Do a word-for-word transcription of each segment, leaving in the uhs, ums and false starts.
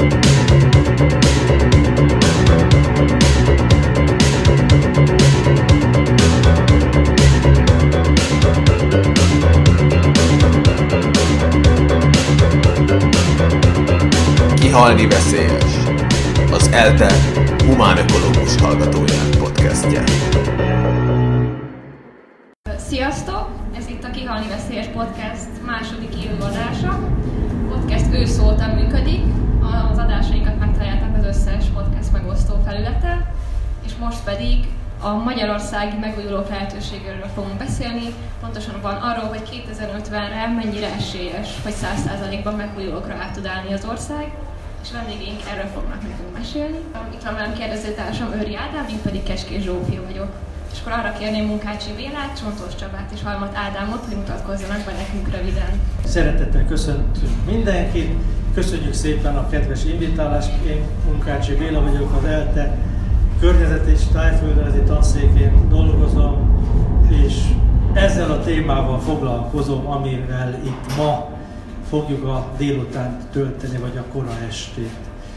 Kihalni veszélyes, az ELTE humánökológus hallgatójának podcastje. Sziasztok! Ez itt a Kihalni veszélyes podcast második élőadása. A podcast ősz óta működik, az adásainkat megtaláljátok az összes podcast megosztó felületen, és most pedig a magyarországi megújulók lehetőségéről fogunk beszélni, pontosabban arról, hogy kétezer-ötvenre mennyire esélyes, hogy száz százalékban megújulókra át tud állni az ország, és vendégeink erről fognak nekünk mesélni. Itt van velem kérdezőtársam Őri Ádám, én pedig Kecskés Zsófia vagyok. És akkor arra kérném Munkácsi Bélát, Csontos Csabát és Halmat Ádámot, hogy mutatkozzanak be nekünk röviden. Szeretettel köszöntünk mindenkit, köszönjük szépen a kedves invitálást. Én Munkácsi Béla vagyok, az ELTE környezet és tájföldrajzi tanszékén dolgozom, és ezzel a témával foglalkozom, amivel itt ma fogjuk a délutánt tölteni, vagy a kora estét.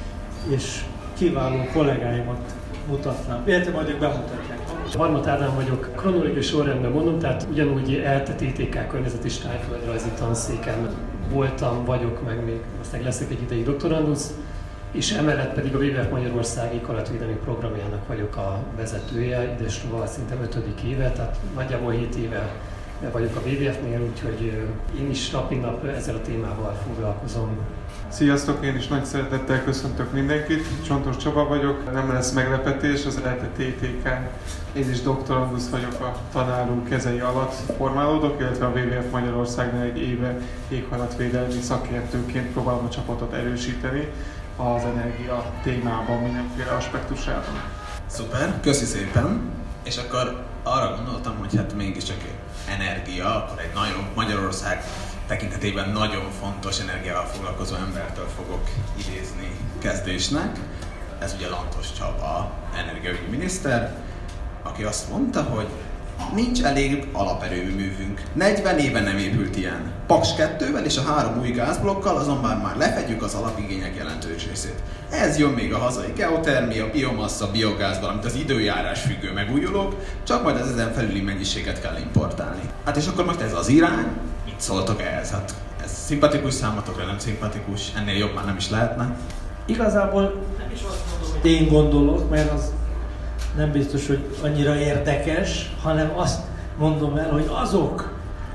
És kiváló kollégáimat mutatnám, illetve majd ők bemutatják. Halmat Ádám vagyok, kronológiai sorrendben mondom, tehát ugyanúgy ELTE té té ká környezet és tájföldrajzi tanszéken voltam, vagyok, meg még aztán leszek egy ideig doktorandusz, és emellett pedig a vé vé ef Magyarország éghajlatvédelmi programjának vagyok a vezetője, idestova szinte ötödik éve, tehát nagyjából hét éve vagyok a vé vé ef-nél, úgyhogy én is napi nap ezzel a témával foglalkozom. Sziasztok, én is nagy szeretettel köszöntök mindenkit, Csontos Csaba vagyok, nem lesz meglepetés, az ELTE té té ká, én is doktorandusz vagyok, a tanárunk kezei alatt formálódok, illetve a vé vé ef Magyarországnál egy éve éghajlatvédelmi szakértőként próbálom a csapatot erősíteni az energia témában, mindenféle aspektusában. Szuper, köszi szépen! És akkor arra gondoltam, hogy hát mégiscsak energia, akkor egy nagyon Magyarország tekintetében nagyon fontos energiával foglalkozó embertől fogok idézni kezdésnek. Ez ugye Lantos Csaba, energiaügyi miniszter, aki azt mondta, hogy nincs elég alaperőművünk. negyven éve nem épült ilyen. Paks kettővel és a három új gázblokkal azonban már lefedjük az alapigények jelentős részét. Ez jön még a hazai geotermia, biomassa, biogáz, valamint az időjárás függő megújulók, csak majd az ezen felüli mennyiséget kell importálni. Hát és akkor most ez az irány, mit szóltok ehhez? Hát ez szimpatikus számotokra, nem szimpatikus, ennél jobb már nem is lehetne. Igazából nem is azt mondom, hogy én gondolok, mert az nem biztos, hogy annyira érdekes, hanem azt mondom el, hogy azok,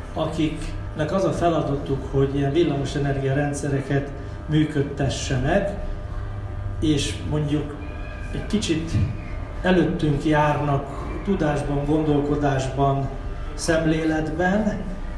akiknek az a feladatuk, hogy ilyen villamosenergia rendszereket működtessenek, és mondjuk egy kicsit előttünk járnak tudásban, gondolkodásban, szemléletben,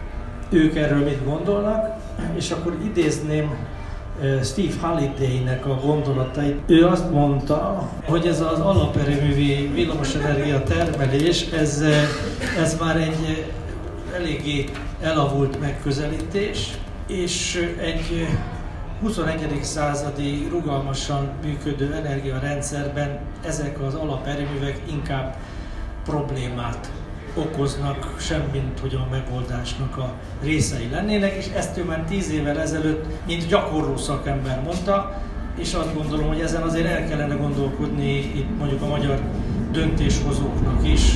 ők erről mit gondolnak, és akkor idézném Steve Halliday-nek a gondolatait. Ő azt mondta, hogy ez az alaperőművi villamosenergia termelés, ez, ez már egy eléggé elavult megközelítés, és egy huszonegyedik századi rugalmasan működő energiarendszerben ezek az alaperőművek inkább problémát okoznak, semmint hogy a megoldásnak a részei lennének, és ezt ő már tíz évvel ezelőtt, mint gyakorló szakember mondta, és azt gondolom, hogy ezen azért el kellene gondolkodni itt mondjuk a magyar döntéshozóknak is,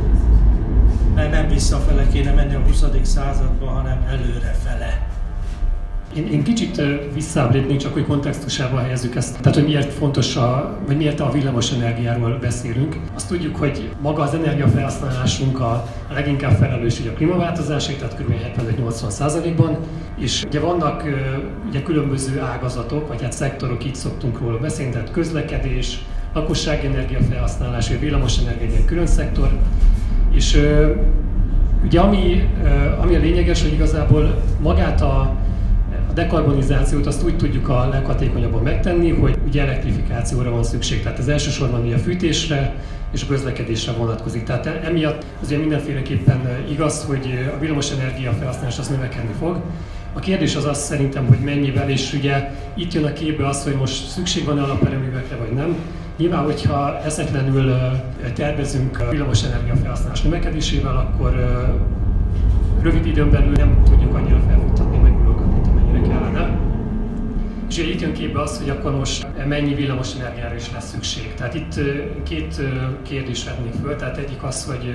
mert nem visszafele kéne menni a huszadik századba, hanem előrefele. Én, én kicsit visszább lépnék, csak hogy kontextusába helyezzük ezt. Tehát, hogy miért fontos, a, vagy miért a villamos energiáról beszélünk. Azt tudjuk, hogy maga az energiafelhasználásunk a leginkább felelős a klímaváltozásért, tehát kb. hetven-nyolcvan százalékban. És ugye vannak ugye különböző ágazatok, vagy hát szektorok, így szoktunk róla beszélni, tehát közlekedés, lakossági energiafelhasználás, vagy villamos energia egy külön szektor. És ugye ami, ami a lényeges, hogy igazából magát a A dekarbonizációt azt úgy tudjuk a leghatékonyabban megtenni, hogy ugye elektrifikációra van szükség. Tehát az elsősorban ugye a fűtésre és a közlekedésre vonatkozik. Tehát emiatt azért mindenféleképpen igaz, hogy a villamosenergia felhasználás az növekedni fog. A kérdés az az szerintem, hogy mennyivel, és ugye itt jön a képbe az, hogy most szükség van-e alaperőművekre vagy nem. Nyilván, hogyha eszetlenül tervezünk a villamosenergia felhasználás növekedésével, akkor rövid időn belül nem tudjuk annyira felfuttatni meg kellene. És ugye itt jön képbe az, hogy akkor most mennyi villamos energiára is lesz szükség. Tehát itt két kérdést vetnék föl. Tehát egyik az, hogy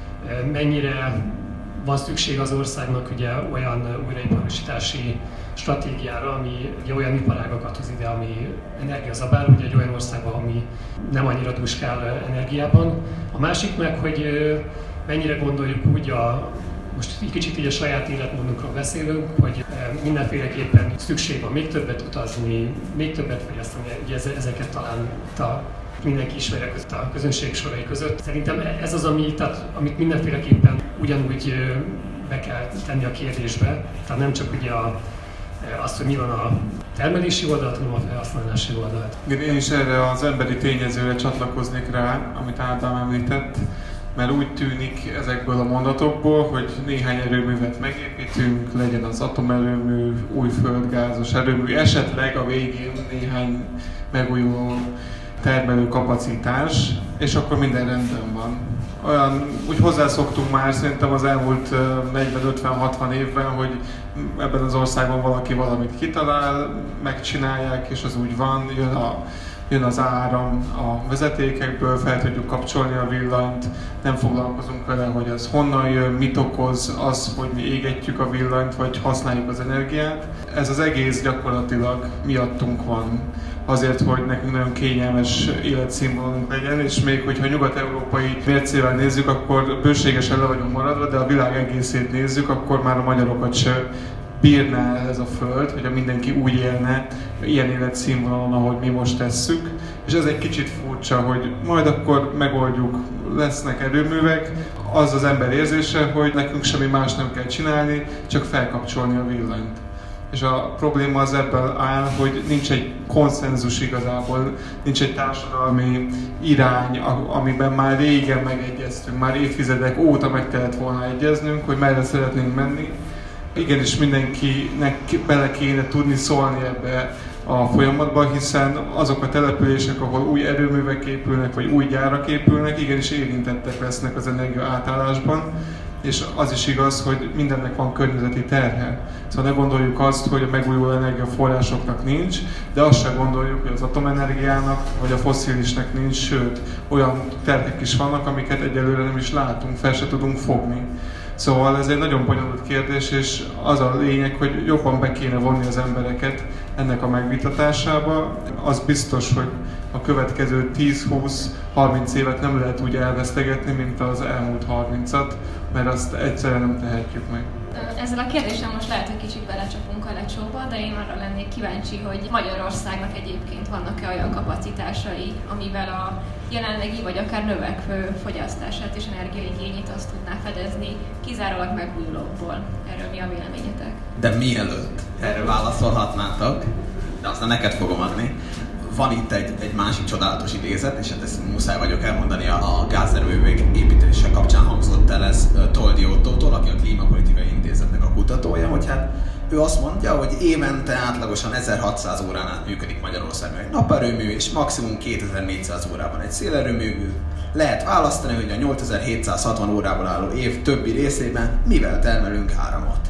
mennyire van szükség az országnak ugye olyan újraiparosítási stratégiára, ami ugye olyan iparágakat hoz ide, ami energiazabáló, ugye egy olyan országban, ami nem annyira duskál energiában. A másik meg, hogy mennyire gondoljuk úgy, a, most egy kicsit így a saját életmódunkról beszélünk, hogy mindenféleképpen szükség van még többet utazni, még többet fogyasztani, ugye ezeket talán a mindenki ismerje között a közönség sorai között. Szerintem ez az, ami, tehát, amit mindenféleképpen ugyanúgy be kell tenni a kérdésbe, tehát nem csak ugye a, azt, hogy mi van a termelési oldalt, hanem a felhasználási oldalt. Én is erre az emberi tényezőre csatlakoznék rá, amit Ádám említett, mert úgy tűnik ezekből a mondatokból, hogy néhány erőművet megépítünk, legyen az atomerőmű, új földgázos erőmű, esetleg a végén néhány megújuló termelő kapacitás, és akkor minden rendben van. Olyan, úgy hozzászoktunk már szerintem az elmúlt negyven ötven hatvan évben, hogy ebben az országban valaki valamit kitalál, megcsinálják, és az úgy van, jön, a, jön az áram a vezetékekből, fel tudjuk kapcsolni a villanyt, nem foglalkozunk vele, hogy az honnan jön, mit okoz az, hogy mi égetjük a villanyt, vagy használjuk az energiát. Ez az egész gyakorlatilag miattunk van. Azért, hogy nekünk nagyon kényelmes életszínvonalunk legyen, és még hogyha nyugat-európai mércével nézzük, akkor bőségesen le vagyunk maradva, de a világ egészét nézzük, akkor már a magyarokat se bírná ez a föld, hogyha mindenki úgy élne ilyen életszínvonalon, ahogy mi most tesszük. És ez egy kicsit furcsa, hogy majd akkor megoldjuk, lesznek erőművek, az az ember érzése, hogy nekünk semmi más nem kell csinálni, csak felkapcsolni a villanyt. És a probléma az ebből áll, hogy nincs egy konszenzus igazából, nincs egy társadalmi irány, amiben már régen megegyeztünk, már évtizedek óta meg kellett volna egyeznünk, hogy merre szeretnénk menni. Igenis mindenkinek bele kéne tudni szólni ebbe a folyamatban, hiszen azok a települések, ahol új erőművek épülnek, vagy új gyárak épülnek, igenis érintettek lesznek az energia átállásban. És az is igaz, hogy mindennek van környezeti terhe. Szóval ne gondoljuk azt, hogy a megújuló energiaforrásoknak nincs, de azt sem gondoljuk, hogy az atomenergiának vagy a fosszilisnek nincs, sőt, olyan terhek is vannak, amiket egyelőre nem is látunk, fel se tudunk fogni. Szóval ez egy nagyon bonyolult kérdés, és az a lényeg, hogy jobban be kéne vonni az embereket ennek a megvitatásába. Az biztos, hogy a következő tíz húsz harminc évet nem lehet úgy elvesztegetni, mint az elmúlt harmincat, mert azt egyszerűen nem tehetjük meg. Ezzel a kérdéssel most lehet, hogy kicsit belecsapunk a lecsóba, de én arra lennék kíváncsi, hogy Magyarországnak egyébként vannak-e olyan kapacitásai, amivel a jelenlegi vagy akár növekvő fogyasztását és energiaigényét azt tudná fedezni kizárólag megújulókból. Erről mi a véleményetek? De mielőtt erre válaszolhatnátok, de aztán neked fogom adni. Van itt egy, egy másik csodálatos idézet, és hát ezt muszáj vagyok elmondani, a gázerőművek építése kapcsán hangzott el ez Toldi Ottótól, aki a Klímapolitikai Intézetnek a kutatója, hogy hát ő azt mondja, hogy évente átlagosan ezerhatszáz órán át működik Magyarországon egy naperőmű, és maximum kétezer-négyszáz órában egy szélerőmű. Lehet választani, hogy a nyolcezer-hétszázhatvan órából álló év többi részében mivel termelünk áramot.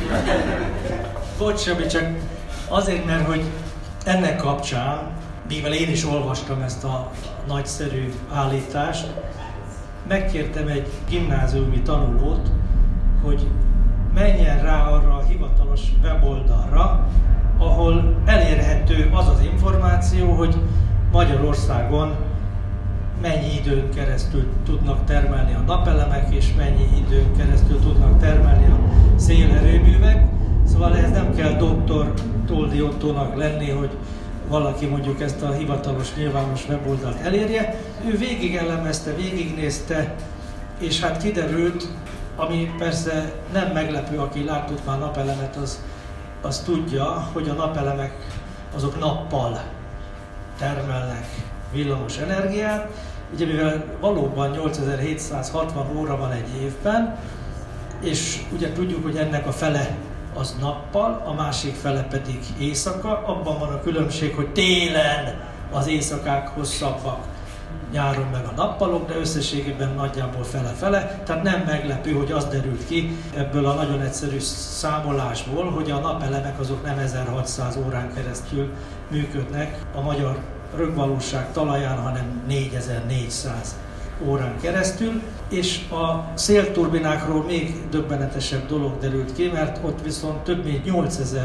Bocs, Sabi, csak azért, mert hogy ennek kapcsán, mivel én is olvastam ezt a nagyszerű állítást, megkértem egy gimnáziumi tanulót, hogy menjen rá arra a hivatalos weboldalra, ahol elérhető az az információ, hogy Magyarországon mennyi időn keresztül tudnak termelni a napelemek, és mennyi időn keresztül tudnak termelni a szélerőművek. Szóval ez nem kell doktor Toldi Ottónak lenni, hogy valaki mondjuk ezt a hivatalos nyilvános weboldalt elérje. Ő végig elemezte, végignézte, és hát kiderült, ami persze nem meglepő, aki látott már napelemet, az, az tudja, hogy a napelemek azok nappal termelnek villamos energiát. Ugye mivel valóban nyolcezer-hétszázhatvan óra van egy évben, és ugye tudjuk, hogy ennek a fele az nappal, a másik fele pedig éjszaka. Abban van a különbség, hogy télen az éjszakák hosszabbak, nyáron meg a nappalok, de összességében nagyjából fele-fele. Tehát nem meglepő, hogy az derült ki ebből a nagyon egyszerű számolásból, hogy a napelemek azok nem ezerhatszáz órán keresztül működnek a magyar rögvalóság talaján, hanem négyezer-négyszáz órán keresztül, és a szélturbinákról még döbbenetesebb dolog derült ki, mert ott viszont több mint nyolcezer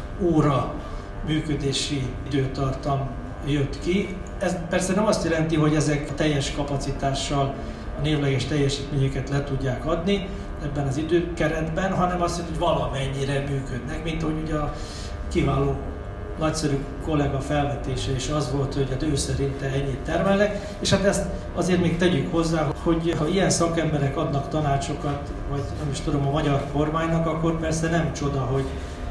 óra működési időtartam jött ki. Ez persze nem azt jelenti, hogy ezek a teljes kapacitással a névleges teljesítményeket le tudják adni ebben az időkeretben, hanem azt jelenti, hogy valamennyire működnek, mint ahogy ugye a kiváló nagyszerű kollega felvetése is az volt, hogy hát ő szerinte ennyit termelnek, és hát ezt azért még tegyük hozzá, hogy ha ilyen szakemberek adnak tanácsokat, vagy nem is tudom, a magyar kormánynak, akkor persze nem csoda, hogy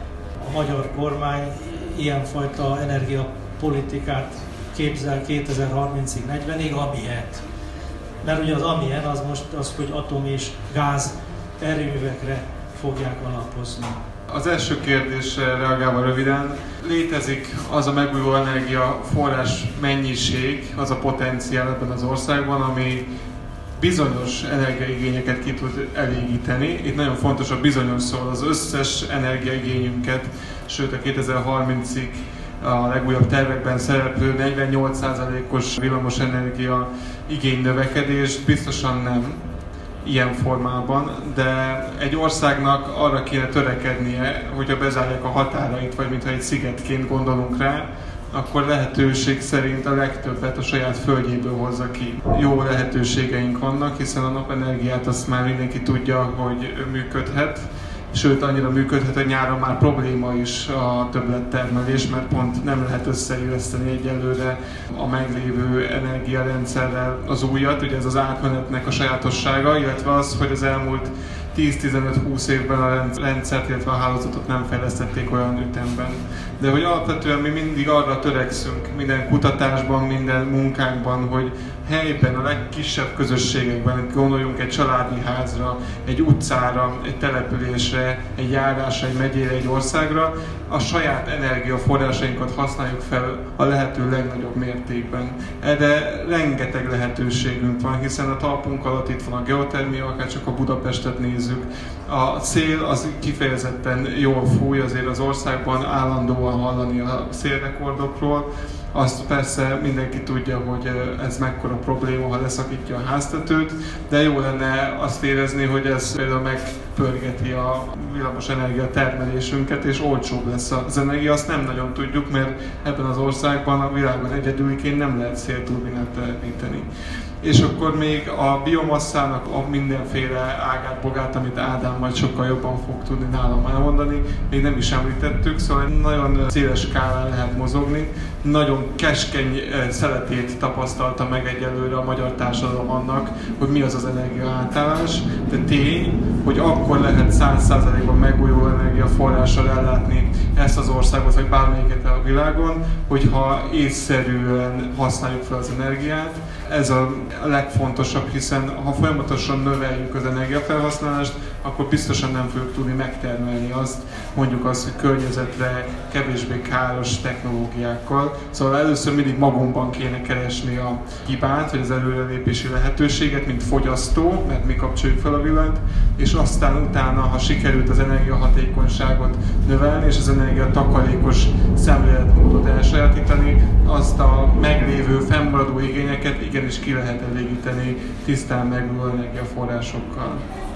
a magyar kormány ilyenfajta energiapolitikát képzel kétezer-harmincig, negyvenig, amilyet. Mert ugye az amilyen az most az, hogy atom és gáz erőművekre fogják alapozni. Az első kérdésre reagálva röviden, létezik az a megújuló energiaforrás mennyiség, az a potenciál ebben az országban, ami bizonyos energiaigényeket ki tud elégíteni. Itt nagyon fontos a bizonyos szó, az összes energiaigényünket, sőt a kétezer-harmincig a legújabb tervekben szereplő negyvennyolc százalékos villamosenergia igény növekedés biztosan nem ilyen formában, de egy országnak arra kéne törekednie, hogyha bezárják a határait, vagy mintha egy szigetként gondolunk rá, akkor lehetőség szerint a legtöbbet a saját földjéből hozza ki. Jó lehetőségeink vannak, hiszen a napenergiát azt már mindenki tudja, hogy működhet, sőt annyira működhet, hogy nyáron már probléma is a többlettermelés, mert pont nem lehet összeilleszteni egyelőre a meglévő energiarendszerrel az újat, ugye ez az átmenetnek a sajátossága, illetve az, hogy az elmúlt tíz-tizenöt-húsz évben a rendszert, illetve a hálózatot nem fejlesztették olyan ütemben. De hogy alapvetően mi mindig arra törekszünk minden kutatásban, minden munkánkban, hogy helyben, a legkisebb közösségekben, gondoljunk egy családi házra, egy utcára, egy településre, egy járásra, egy megyére, egy országra, a saját energiaforrásainkat használjuk fel a lehető legnagyobb mértékben. Erre rengeteg lehetőségünk van, hiszen a talpunk alatt itt van a geotermia, akár csak a Budapestet nézzük. A szél az kifejezetten jól fúj, azért az országban állandóan hallani a szélrekordokról. Azt persze mindenki tudja, hogy ez mekkora probléma, ha leszakítja a háztetőt, de jó lenne azt érezni, hogy ez például megpörgeti a villamos energia termelésünket, és olcsóbb lesz az energia. Azt nem nagyon tudjuk, mert ebben az országban a világon egyedüliként nem lehet szélturbinát telepíteni. És akkor még a biomasszának a mindenféle ágát-bogát, amit Ádám majd sokkal jobban fog tudni nálam elmondani, még nem is említettük, szóval nagyon széles skálán lehet mozogni. Nagyon keskeny szeletét tapasztalta meg egyelőre a magyar társadalom annak, hogy mi az az energia átállás, de tény, hogy akkor lehet száz százalékban megújuló energiaforrással ellátni ezt az országot, vagy bármelyiket a világon, hogyha észszerűen használjuk fel az energiát. Ez a legfontosabb, hiszen ha folyamatosan növeljük az energiafelhasználást, akkor biztosan nem fogjuk tudni megtermelni azt, mondjuk azt, hogy környezetre kevésbé káros technológiákkal. Szóval először mindig magunkban kéne keresni a hibát, vagy az előrelépési lehetőséget, mint fogyasztó, mert mi kapcsoljuk fel a villanyt, és aztán utána, ha sikerült az energiahatékonyságot növelni, és az energiatakarékos szemléletmódot elsajátítani, azt a meglévő fennmaradó igényeket igenis ki lehet elégíteni tisztán megújuló energiaforrásokkal.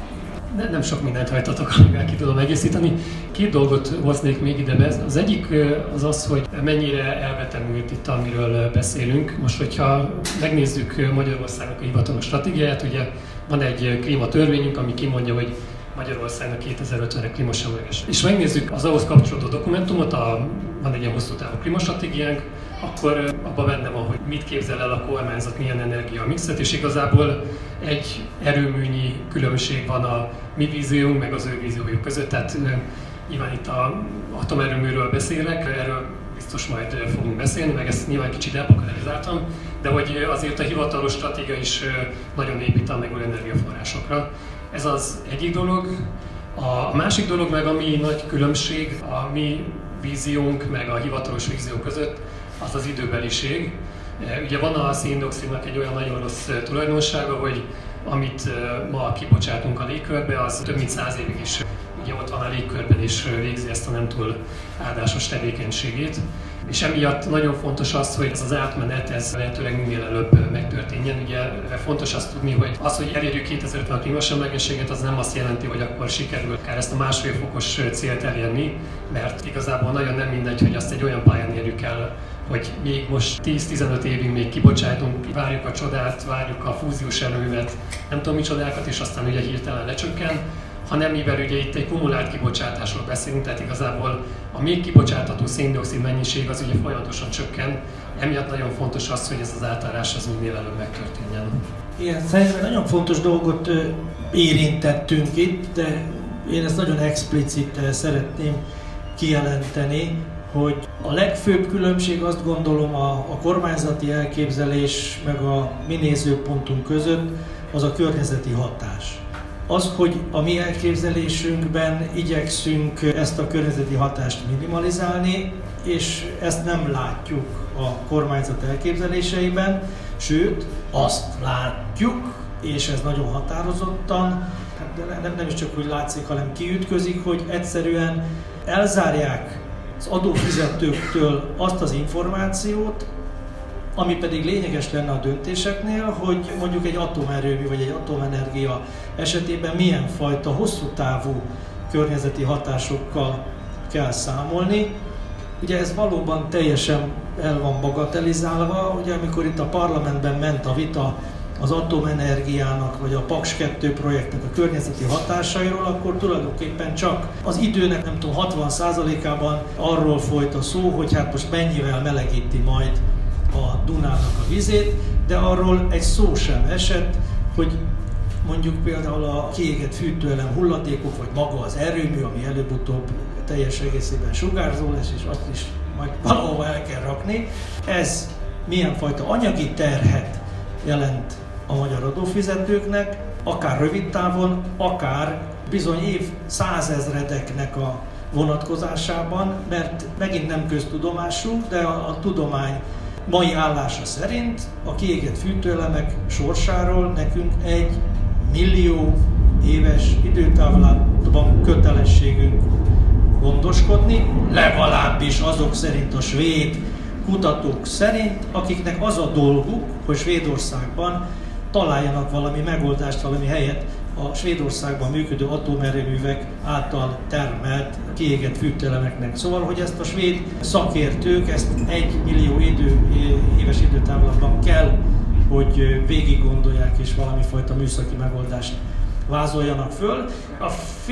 De nem sok mindent hajtatok, amivel ki tudom egészíteni. Két dolgot hoznék még ide be. Az egyik az az, hogy mennyire elvetemült itt, amiről beszélünk. Most, hogyha megnézzük Magyarországnak a hivatalos stratégiáját, ugye van egy klímatörvényünk, ami kimondja, hogy Magyarországnak kétezer-ötvenre klímasemleges. És megnézzük az ahhoz kapcsolódó dokumentumot, a, van egy ilyen hosszú távú klímastratégiánk, akkor abban benne van, hogy mit képzel el a kormányzat, milyen energia mixet, és igazából egy erőműnyi különbség van a mi víziónk, meg az ő víziójuk között. Tehát nyilván itt az atomerőműről beszélek, erről biztos majd fogunk beszélni, meg ezt nyilván kicsit elpakarizáltam, de hogy azért a hivatalos stratégia is nagyon épít a megújuló energiaforrásokra. Ez az egyik dolog. A másik dolog meg, ami nagy különbség a mi víziónk meg a hivatalos vízió között, az az időbeliség. Ugye van a széndioxidnak egy olyan nagyon rossz tulajdonsága, hogy amit ma kibocsátunk a légkörbe, az több mint száz évig is ugye ott van a légkörben és végzi ezt a nem túl áldásos tevékenységét. És emiatt nagyon fontos az, hogy ez az átmenet ez lehetőleg minél előbb megtörténjen. Ugye fontos azt tudni, hogy az, hogy elérjük kétezer-ötven a klímasemlegességet, az nem azt jelenti, hogy akkor sikerül akár ezt a másfél fokos célt elérni, mert igazából nagyon nem mindegy, hogy azt egy olyan pályán érjük el, hogy még most tíz-tizenöt évig még kibocsájtunk, várjuk a csodát, várjuk a fúziós erőművet, nem tudom micsodákat, és aztán ugye hirtelen lecsökken, hanem mivel ugye itt egy kumulált kibocsátásról beszélünk, tehát igazából a még kibocsátható széndioxid mennyiség az ugye folyamatosan csökken, emiatt nagyon fontos az, hogy ez az átállás az minél előbb megtörténjen. Igen, szerintem nagyon fontos dolgot érintettünk itt, de én ezt nagyon explicit szeretném kijelenteni, hogy a legfőbb különbség azt gondolom a, a kormányzati elképzelés meg a mi nézőpontunk között az a környezeti hatás. Az, hogy a mi elképzelésünkben igyekszünk ezt a környezeti hatást minimalizálni, és ezt nem látjuk a kormányzat elképzeléseiben, sőt, azt látjuk, és ez nagyon határozottan, de nem, nem is csak úgy látszik, hanem kiütközik, hogy egyszerűen elzárják az adófizetőktől azt az információt, ami pedig lényeges lenne a döntéseknél, hogy mondjuk egy atomerőmű vagy egy atomenergia esetében milyen fajta hosszú távú környezeti hatásokkal kell számolni. Ugye ez valóban teljesen el van bagatelizálva, ugye amikor itt a parlamentben ment a vita az atomenergiának vagy a Paks kettő projektnek a környezeti hatásairól, akkor tulajdonképpen csak az időnek nem tudom hatvan százalékában arról folyt a szó, hogy hát most mennyivel melegíti majd a Dunának a vizét, de arról egy szó sem esett, hogy mondjuk például a kiégett fűtőelem hulladékok, vagy maga az erőmű, ami előbb-utóbb teljes egészében sugárzó lesz, és azt is majd valahova el kell rakni. Ez milyen fajta anyagi terhet jelent a magyar adófizetőknek, akár rövid távon, akár bizony év százezredeknek a vonatkozásában, mert megint nem köztudomásunk, de a, a tudomány mai állása szerint a kiégett fűtőelemek sorsáról nekünk egy millió éves időtávlatban kötelességünk gondoskodni, legalábbis azok szerint, a svéd kutatók szerint, akiknek az a dolguk, hogy Svédországban találjanak valami megoldást, valami helyet a Svédországban működő atomerőművek által termelt kiégett fűtőelemeknek. Szóval, hogy ezt a svéd szakértők ezt egy millió idő, éves időtávlatban kell, hogy végig gondolják és valami fajta műszaki megoldást vázoljanak föl. A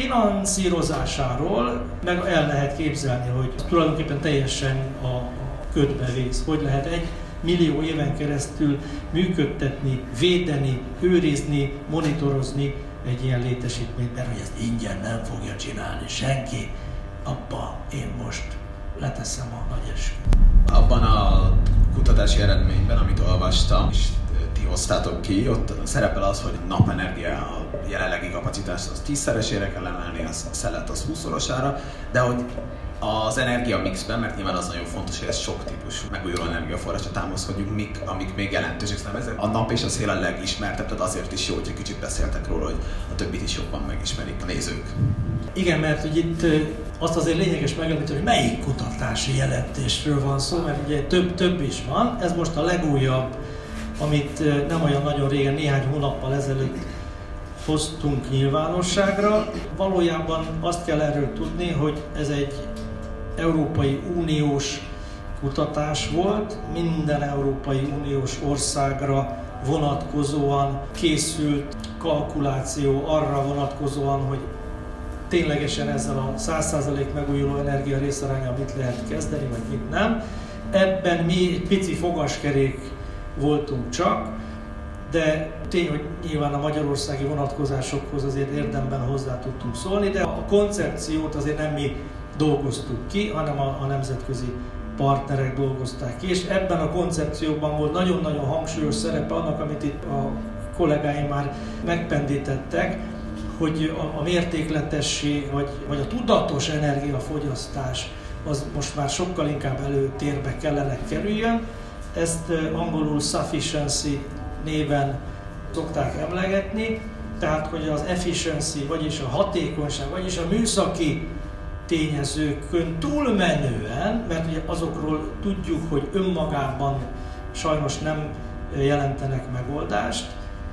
finanszírozásáról meg el lehet képzelni, hogy tulajdonképpen teljesen a ködbe vész. Hogy lehet egy millió éven keresztül működtetni, védeni, őrizni, monitorozni egy ilyen létesítményt, mert hogy ezt ingyen nem fogja csinálni senki, abba én most leteszem a nagy esküt. Abban a kutatási eredményben, amit olvastam, és ti hoztátok ki, ott szerepel az, hogy napenergia a jelenlegi kapacitást az tízszeresére kell emelni, a szellet az húszszorosára, de hogy az energia mixben, mert nyilván az nagyon fontos, hogy ez sok típusú megújuló energiaforrásra támaszkodjunk, mik, amik még jelentősek. A nap és a szél a legismertebb, tehát azért is jó, hogy kicsit beszéltek róla, hogy a többit is jobban megismerik a nézők. Igen, mert hogy itt azt azért lényeges megemlíteni, hogy melyik kutatási jelentésről van szó, mert ugye több, több is van. Ez most a legújabb, amit nem olyan nagyon régen, néhány hónappal ezelőtt hoztunk nyilvánosságra. Valójában azt kell erről tudni, hogy ez egy Európai Uniós kutatás volt, minden Európai Uniós országra vonatkozóan készült kalkuláció arra vonatkozóan, hogy ténylegesen ezzel a száz százalék megújuló energia részaránnyal mit lehet kezdeni, vagy mit nem. Ebben mi egy pici fogaskerék voltunk csak, de tény, hogy nyilván a magyarországi vonatkozásokhoz azért érdemben hozzá tudtunk szólni, de a koncepciót azért nem mi dolgoztuk ki, hanem a, a nemzetközi partnerek dolgozták ki, és ebben a koncepcióban volt nagyon-nagyon hangsúlyos szerepe annak, amit itt a kollégáim már megpendítettek, hogy a, a mértékletesség, vagy, vagy a tudatos energiafogyasztás az most már sokkal inkább előtérbe kellene kerüljön, Ezt angolul sufficiency néven szokták emlegetni, tehát hogy az efficiency, vagyis a hatékonyság, vagyis a műszaki tényezőkön túlmenően, mert ugye azokról tudjuk, hogy önmagában sajnos nem jelentenek megoldást,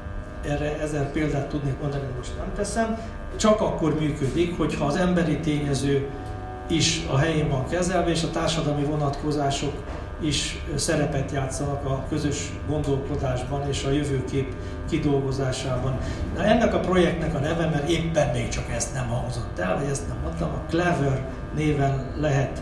erre ezer példát tudnék mondani, de most nem teszem, csak akkor működik, hogyha az emberi tényező is a helyén van kezelve, és a társadalmi vonatkozások is szerepet játszanak a közös gondolkodásban és a jövőkép kidolgozásában. De ennek a projektnek a neve, mert éppen még csak ezt nem hangzott el, vagy ezt nem mondtam, a Clever néven lehet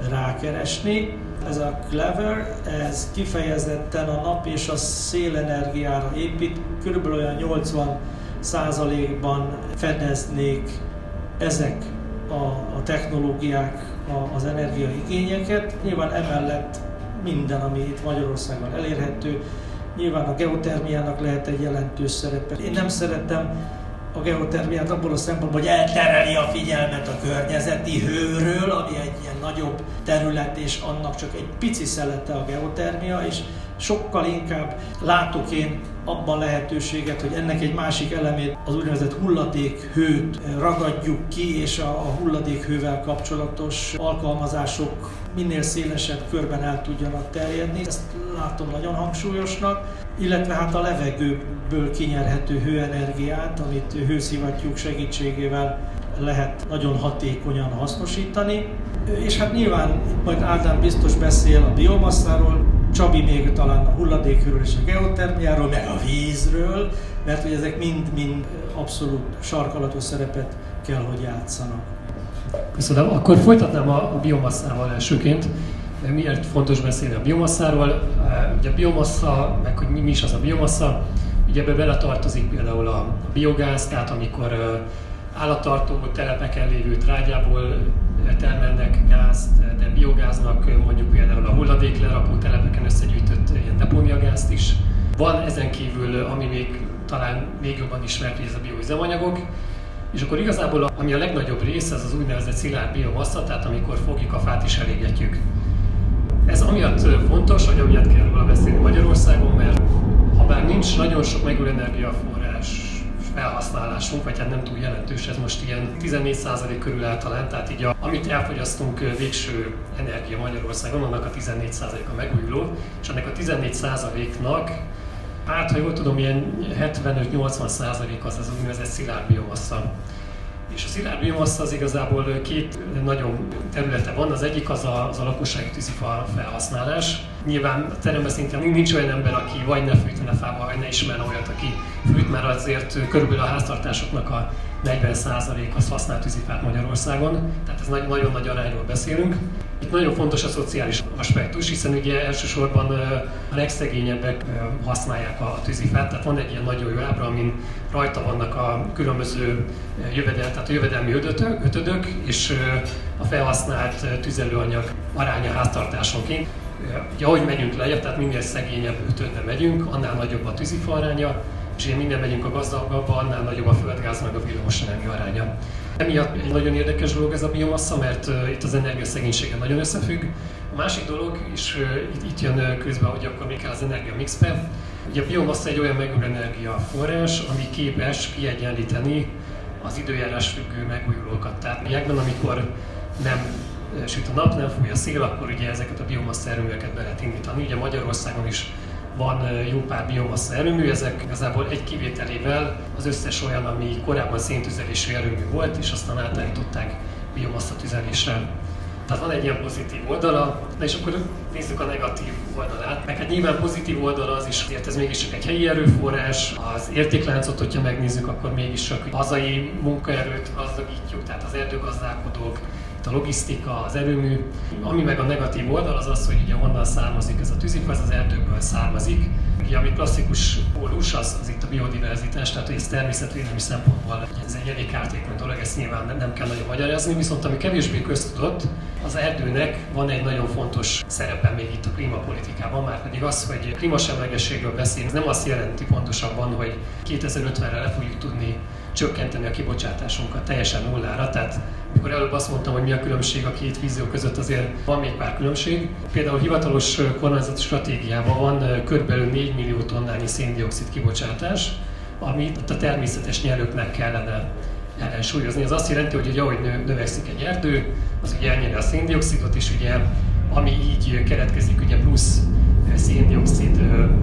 rákeresni. Ez a Clever, ez kifejezetten a nap és a szélenergiára épít, körülbelül olyan nyolcvan százalékban fedeznék ezek a, a technológiák a, az energiaigényeket. Nyilván emellett minden, ami itt Magyarországon elérhető, nyilván a geotermiának lehet egy jelentős szerepe. Én nem szeretem a geotermiát abból a szempontból, hogy eltereli a figyelmet a környezeti hőről, ami egy ilyen nagyobb terület, és annak csak egy pici szelete a geotermia, és sokkal inkább látok én abban lehetőséget, hogy ennek egy másik elemét, az úgynevezett hulladékhőt ragadjuk ki, és a, a hulladékhővel kapcsolatos alkalmazások minél szélesebb körben el tudjanak terjedni. Ezt látom nagyon hangsúlyosnak, illetve hát a levegőből kinyerhető hőenergiát, amit hőszivattyúk segítségével lehet nagyon hatékonyan hasznosítani. És hát nyilván majd Ádám biztos beszél a biomasszáról, Csabi még talán a hulladékhőről és a geotermiáról, meg a vízről, mert hogy ezek mind-mind abszolút sarkalatos szerepet kell, hogy játszanak. Köszönöm. Akkor folytatnám a biomasszával elsőként. Miért fontos beszélni a biomasszáról? Ugye a biomassa, meg hogy mi is az a biomassa, ugye ebbe beletartozik például a biogáz, tehát amikor állattartó telepeken lévő trágyából termelnek gázt, de biogáznak mondjuk például a hulladéklerakó telepeken összegyűjtött ilyen depóniagázt is. Van ezen kívül, ami még talán még jobban ismert, hogy ez a bioüzemanyagok, és akkor igazából ami a legnagyobb rész, ez az úgynevezett szilárd biomassa, tehát amikor fogjuk a fát és elégetjük. Ez amiatt fontos, hogy amiatt kell róla beszélni Magyarországon, mert ha bár nincs nagyon sok megújuló energiaforrás felhasználásunk, vagy hát nem túl jelentős, ez most ilyen tizennégy százalék körül áll talán, tehát így a, amit elfogyasztunk végső energia Magyarországon, annak a tizennégy százalék a megújuló, és ennek a tizennégy százaléknak, hát ha jól tudom, ilyen hetvenöt-nyolcvan százalék az az úgynevezett szilárd biomassa. És a szilárd biomassa az igazából két nagyon területe van, az egyik az a, az a lakossági tűzifa felhasználás. Nyilván a teremben szintén nincs olyan ember, aki vagy ne fűtene fával, vagy ne ismerne olyat, aki fűt, mert azért körülbelül a háztartásoknak a negyven százalék az használ tűzifát Magyarországon, tehát ez nagyon nagy arányról beszélünk. Itt nagyon fontos a szociális aspektus, hiszen ugye elsősorban a legszegényebbek használják a tűzifát, tehát van egy ilyen nagyon jó ábra, amin rajta vannak a különböző jövedel, tehát a jövedelmi ötödök és a felhasznált tüzelőanyag aránya háztartásonként. Ugye, ahogy megyünk lejjebb, tehát minél szegényebb ötödre megyünk, annál nagyobb a tűzifa aránya, és ugye minden megyünk a gazdagabbba, annál nagyobb a földgáz meg a villamosenergia aránya. Emiatt egy nagyon érdekes dolog ez a biomassa, mert uh, itt az energiaszegénységgel nagyon összefügg. A másik dolog, és uh, itt, itt jön közbe, hogy akkor mi kell az energia mixbe. Ugye a biomassa egy olyan megújuló energiaforrás, ami képes kiegyenlíteni az időjárás függő megújulókat. Tehát ilyenben, amikor nem süt a nap, nem fúj a szél, akkor ugye ezeket a biomassa erőműveket be lehet indítani. Ugye Magyarországon is van jó pár biomassa erőmű, ezek igazából egy kivételével az összes olyan, ami korábban széntüzelésű erőmű volt, és aztán átállították biomassa tüzelésre. Tehát van egy ilyen pozitív oldala, de és akkor nézzük a negatív oldalát. Meg hát nyilván pozitív oldala az is, hogy ez mégiscsak egy helyi erőforrás, az értékláncot, hogyha megnézzük, akkor mégiscsak hazai munkaerőt gazdagítjuk, tehát az erdőgazdálkodók, a logisztika, az erőmű. Ami meg a negatív oldal az az, hogy ugye honnan származik ez a tűzifa, ez az erdőkből származik. Ugye, ami klasszikus pólus, az, az itt a biodiverzitás, tehát hogy ez természetvédelmi szempontból ez egy elég kártékony dolog, ezt nyilván nem, nem kell nagyon magyarázni, viszont ami kevésbé köztudott, az erdőnek van egy nagyon fontos szerepe még itt a klímapolitikában, már pedig az, hogy klímasemlegességről beszélünk, ez nem azt jelenti pontosabban, hogy kétezer-ötvenre le fogjuk tudni csökkenteni a kibocsátásunkat teljesen nullára, tehát amikor előbb azt mondtam, hogy mi a különbség a két vízió között, azért van még pár különbség. Például hivatalos kormányzati stratégiában van körülbelül négy millió tonnányi szén-dioxid kibocsátás, amit a természetes nyerőknek kellene ellensúlyozni. Ez azt jelenti, hogy ugye, ahogy növekszik egy erdő, az ugye elnyeri a szén-dioxidot, és ugye ami így keletkezik, ugye plusz szén-dioxid,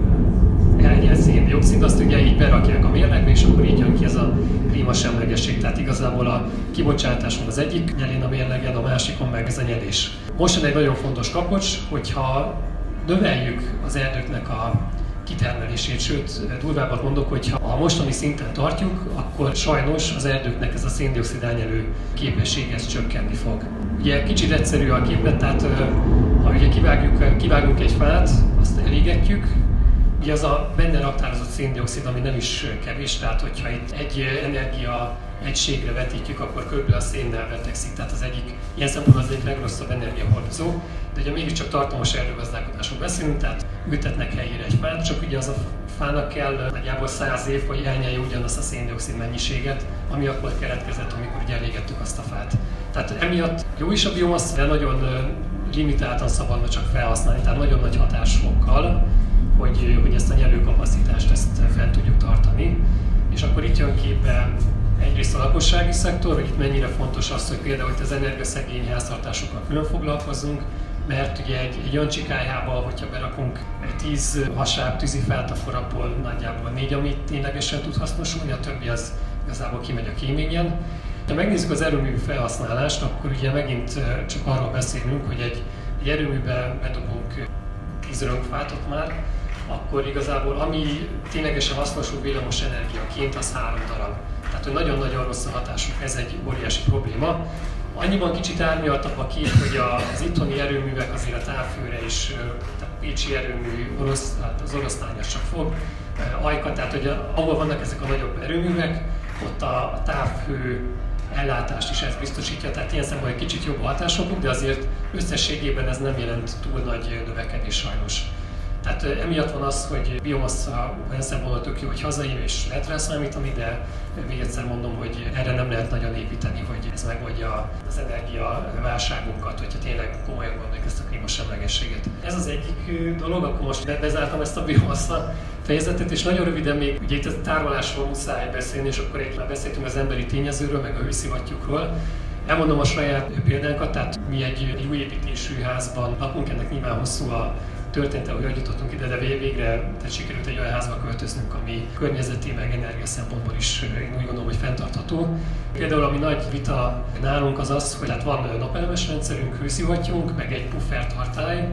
elnyert szén-dioxid, azt ugye így berakják a mérlegbe, és akkor így jön ki ez a klímasemlegesség. Tehát igazából a kibocsátáson az egyik nyelén a mérlegen, a másikon meg ez a nyelés. Most egy nagyon fontos kapocs, hogyha növeljük az erdőknek a kitermelését, sőt, durvábbat mondok, hogy ha a mostani szinten tartjuk, akkor sajnos az erdőknek ez a szén-dioxid elnyelő képesség ez csökkenni fog. Ugye kicsit egyszerű a képlet, tehát ha ugye kivágjuk, kivágunk egy fát, azt elégetjük, ugye az a benne raktározott szén-dioxid, ami nem is kevés, tehát hogyha itt egy energia egységre vetítjük, akkor körülbelül a szénnel betegszik, tehát az egyik, ilyen szempontból az egyik legrosszabb energiahordozó, de ugye mégiscsak tartalmas erdőgazdálkodásról beszélünk, tehát ültetnek helyére egy fát, csak ugye az a fának kell nagyjából száz év, hogy elnyelje ugyanazt a szén-dioxid mennyiséget, ami akkor keletkezett, amikor ugye elégettük azt a fát. Tehát emiatt jó is a biomasz, de nagyon limitáltan szabadna csak felhasználni, tehát nagyon nagy hatásfokkal, hogy, hogy ezt a nyerőkapacitást ezt fent tudjuk tartani. És akkor itt jön képbe egyrészt a lakossági szektor, hogy itt mennyire fontos az, hogy például itt az energiaszegény háztartásokkal külön foglalkozzunk, mert ugye egy, egy olyan csikályába, hogyha berakunk tíz hasáb tűzifát, akkor abból nagyjából négy, amit ténylegesen tud hasznosulni, a többi az igazából kimegy a kéményen. Ha megnézzük az erőmű felhasználást, akkor ugye megint csak arról beszélünk, hogy egy, egy erőműbe bedobunk tíz rönkfát ott már, akkor igazából ami ténylegesen hasznosul villamos energiaként, az három darab. Tehát, hogy nagyon-nagyon rossz a hatásuk, ez egy óriási probléma. Annyiban kicsit árnyaltabb a kép, hogy az itthoni erőművek azért a távhőre is, tehát a pécsi erőmű, orosz, hát az oroszlányos csak fog, Ajka, tehát hogy ahol vannak ezek a nagyobb erőművek, ott a távhő ellátást is ez biztosítja, tehát ilyen szempontból egy kicsit jobb hatásokuk, de azért összességében ez nem jelent túl nagy növekedés sajnos. Tehát emiatt van az, hogy biomassa olyan szempontból tök jó, hogy hazai és lehet rá számítani, de még egyszer mondom, hogy erre nem lehet nagyon építeni, hogy ez megoldja az energiaválságunkat, hogyha tényleg komolyan gondoljuk ezt a klímasemlegességet. Ez az egyik dolog, akkor most bezártam ezt a biomassa fejezetet, és nagyon röviden még ugye itt a tárolásról muszáj beszélni, és akkor itt már beszéltünk az emberi tényezőről, meg a hőszivattyúkról. Elmondom a saját példánkat, tehát mi egy, egy új építésű házban lakunk, ennek nyilván hosszú a történt, hogy hogy jutottunk ide, de végre tehát sikerült egy olyan házba költöznünk, ami környezeti, meg energia szempontból is én úgy gondolom, hogy fenntartható. Például ami nagy vita nálunk az az, hogy hát van napelemes rendszerünk, hőszivattyúnk, meg egy puffertartály,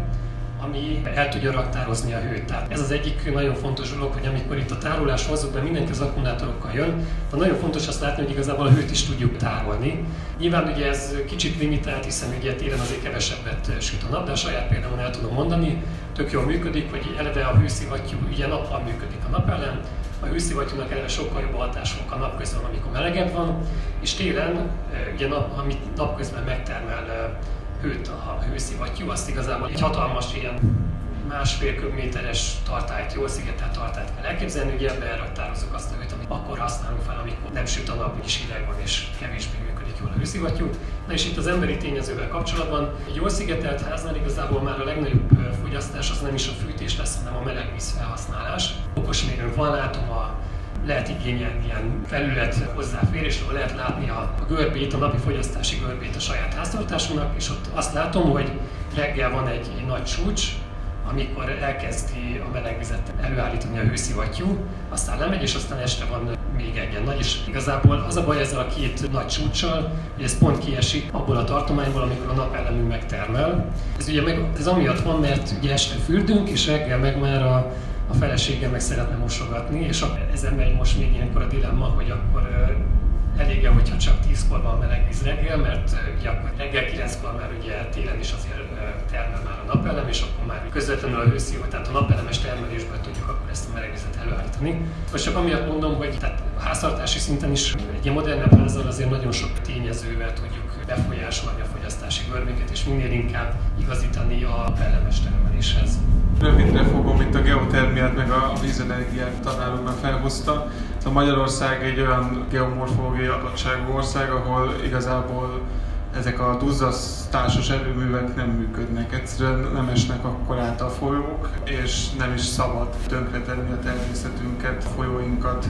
ami el tudja raktározni a hőt. Tehát ez az egyik nagyon fontos dolog, hogy amikor itt a tárolás hozzuk be, mindenki az akkumulátorokkal jön, de nagyon fontos azt látni, hogy igazából a hőt is tudjuk tárolni. Nyilván ugye ez kicsit limitált, hiszen ugye télen azért kevesebbet süt a nap, de a saját például el tudom mondani, tök jól működik, hogy eleve a hőszivattyú ugye nappal működik a nap ellen, a hőszivattyúnak eleve sokkal jobb hatások a napközben, amikor melegebb van, és télen, ugye nap, amit napközben megtermel hőt a hőszivattyú, azt igazából egy hatalmas ilyen másfél köbméteres tartályt, jól szigetelt tartályt kell elképzelni, ugye ebbe elraktározzuk azt a hőt, amit akkor használunk fel, amikor nem süt a nap, és hideg van, és kevésbé működik jól a hőszivattyú. Na és itt az emberi tényezővel kapcsolatban egy jól szigetelt háznál igazából már a legnagyobb fogyasztás az nem is a fűtés lesz, hanem a melegvíz felhasználás. Okosmérőnk van, látom a lehet igényelni ilyen felület hozzáférésről, lehet látni a, a görbét, a napi fogyasztási görbét a saját háztartásunknak, és ott azt látom, hogy reggel van egy, egy nagy csúcs, amikor elkezdi a melegvizet előállítani a hőszivattyú, aztán lemegy, és aztán este van még egy ilyen nagy, és igazából az a baj ezzel a két nagy csúccsal, hogy ez pont kiesik abból a tartományból, amikor a napelemű megtermel. Ez ugye meg, ez amiatt van, mert ugye este fürdünk, és reggel meg már a a feleségem meg szeretne mosogatni, és ezen megy most még ilyenkor a dilemma, hogy akkor Elég, hogyha csak tízkor van meleg víz reggel, mert ugye akkor reggel kilenckor már ugye télen is azért termel már a napelem, és akkor már közvetlenül a hőszívó, tehát a napelemes termelésből tudjuk akkor ezt a melegvizet előállítani. Most csak amiatt mondom, hogy tehát háztartási szinten is egy ilyen modernebb házzal azért nagyon sok tényezővel tudjuk befolyásolni a fogyasztási görbéket, és minél inkább igazítani a napelemes termeléshez. Rövidre fogom, itt a geotermiát meg a vízenergiát tanárul már felhozta. A Magyarország egy olyan geomorfológiai adottságú ország, ahol igazából ezek a duzzasztásos erőművek nem működnek. Egyszerűen nem esnek akkor át a folyók, és nem is szabad tönkretenni a természetünket, a folyóinkat.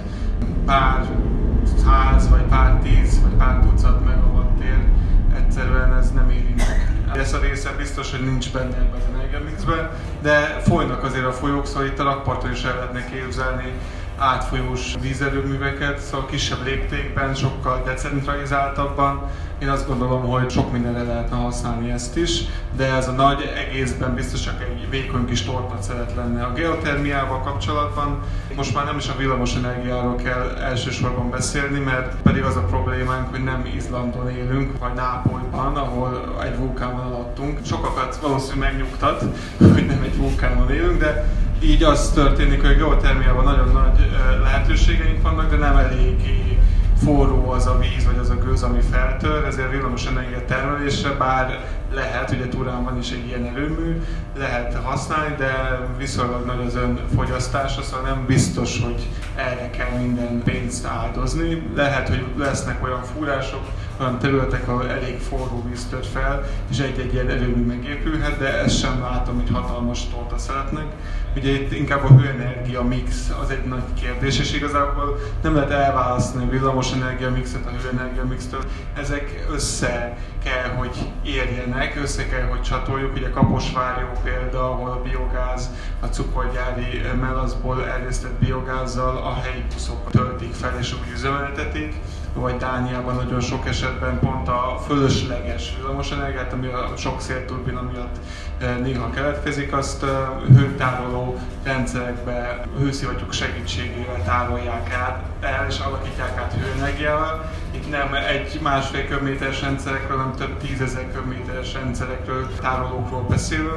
Pár száz, vagy pár tíz, vagy pár tucat megawatt-ér, egyszerűen ez nem éri meg. Ez a része biztos, hogy nincs benne ebben az energiamixben, de folynak azért a folyók, szóval itt a rakparton is el lehetne képzelni átfolyós vízerőműveket, szóval kisebb léptékben, sokkal decentralizáltabban. Én azt gondolom, hogy sok mindenre lehetne használni ezt is, de ez a nagy egészben biztos csak egy vékony kis tornaceret lenne. A geotermiával kapcsolatban most már nem is a villamos energiáról kell elsősorban beszélni, mert pedig az a problémánk, hogy nem Izlandon élünk, vagy Nápolyban, ahol egy vulkánon alattunk. Sokakat valószínűleg megnyugtat, hogy nem egy vulkánon élünk, de így az történik, hogy a geotermiában nagyon nagy lehetőségeink vannak, de nem eléggé forró az a víz, vagy az a gőz, ami feltör, ezért villamos energia termelésre, bár lehet, ugye Turán van is egy ilyen erőmű, lehet használni, de viszonylag nagy az önfogyasztása, szóval nem biztos, hogy erre kell minden pénzt áldozni. Lehet, hogy lesznek olyan fúrások, olyan területek, ahol elég forró víz tör fel, és egy-egy ilyen erőmű megépülhet, de ezt sem látom, hogy hatalmas torta szeretnek. Ugye itt inkább a hőenergia mix az egy nagy kérdés, és igazából nem lehet elválasztani a villamos energia mixet a hőenergia mixtől. Ezek össze kell, hogy érjenek, össze kell, hogy csatoljuk. Ugye Kaposvár jó példa, ahol a biogáz, a cukorgyári melaszból erjesztett biogázzal a helyi buszok töltik fel és úgy üzemeltetik. Vagy Dániában nagyon sok esetben pont a fölösleges villamosenergiát, ami a sok szélturbina miatt néha keletkezik, azt hőtároló rendszerekbe, hőszivattyúk segítségével tárolják át el és alakítják át hőenergiával. Itt nem egy másfél köbméteres rendszerekről, hanem több tízezer köbméteres rendszerekről, tárolókról beszélünk,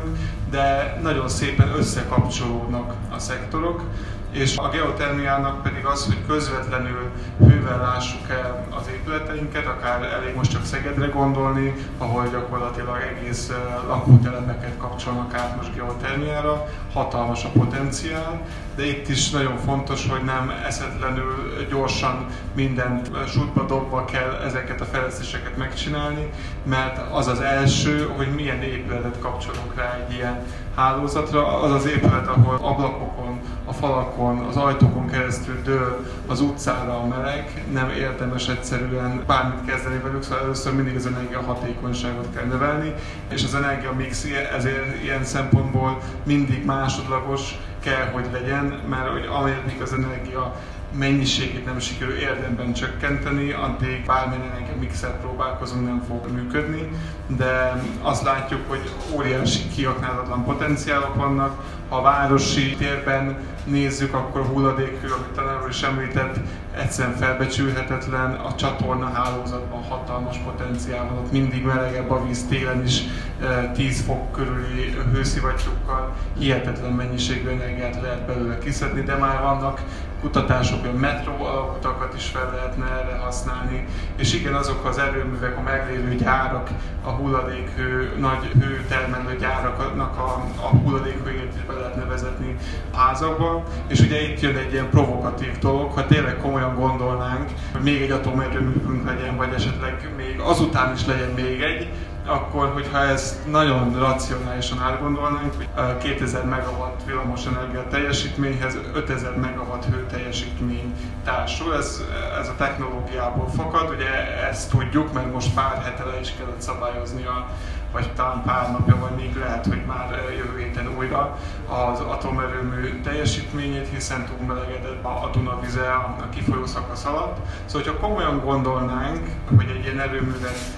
de nagyon szépen összekapcsolódnak a szektorok. És a geotermiának pedig az, hogy közvetlenül hővel lássuk el az épületeinket, akár elég most csak Szegedre gondolni, ahol gyakorlatilag egész lakótelepeket kapcsolnak át most geotermiára, hatalmas a potenciál, de itt is nagyon fontos, hogy nem eszetlenül gyorsan mindent sútba dobva kell ezeket a fejlesztéseket megcsinálni, mert az az első, hogy milyen épületet kapcsolunk rá egy ilyen hálózatra, az az épület, ahol ablakokon, a falakon, az ajtókon keresztül dől az utcára a meleg, nem érdemes egyszerűen bármit kezdeni velük, szóval először mindig az energiahatékonyságot kell növelni, és az energiamix ezért ilyen szempontból mindig másodlagos kell, hogy legyen, mert hogy ameddig az energia mennyiségét nem sikerül érdemben csökkenteni, addig bármilyen energiamixet próbálkozunk, nem fog működni, de azt látjuk, hogy óriási kiaknálatlan potenciálok vannak. Ha a városi térben nézzük, akkor a hulladékhő, amit tanár úr is említett, egyszerűen felbecsülhetetlen, a csatorna hálózatban hatalmas potenciál van, ott mindig melegebb a víz, télen is tíz fok körüli hőszivattyúkkal hihetetlen mennyiségű energiát lehet belőle kiszedni, de már vannak kutatások, hogy a metró alaputakat is fel lehetne erre használni, és igen, azok az erőművek, a meglévő gyárak, a hulladékhő, nagy hőtermelő gyáraknak a, a hulladékhőjét is be lehetne vezetni a házakba, és ugye itt jön egy ilyen provokatív dolog, ha tényleg komolyan gondolnánk, hogy még egy atomerőművünk legyen, vagy esetleg még azután is legyen még egy, akkor, hogyha ezt nagyon racionálisan átgondolnánk, hogy kétezer megawatt villamosenergia teljesítményhez ötezer megawatt hőteljesítmény társul. Ez, ez a technológiából fakad, ugye ezt tudjuk, mert most pár hete le is kellett szabályozni a vagy talán pár napja, vagy még lehet, hogy már jövő héten újra az atomerőmű teljesítményét, hiszen túlmelegedett a Duna vize a kifolyó szakasz alatt. Szóval, ha komolyan gondolnánk, hogy egy ilyen erőművet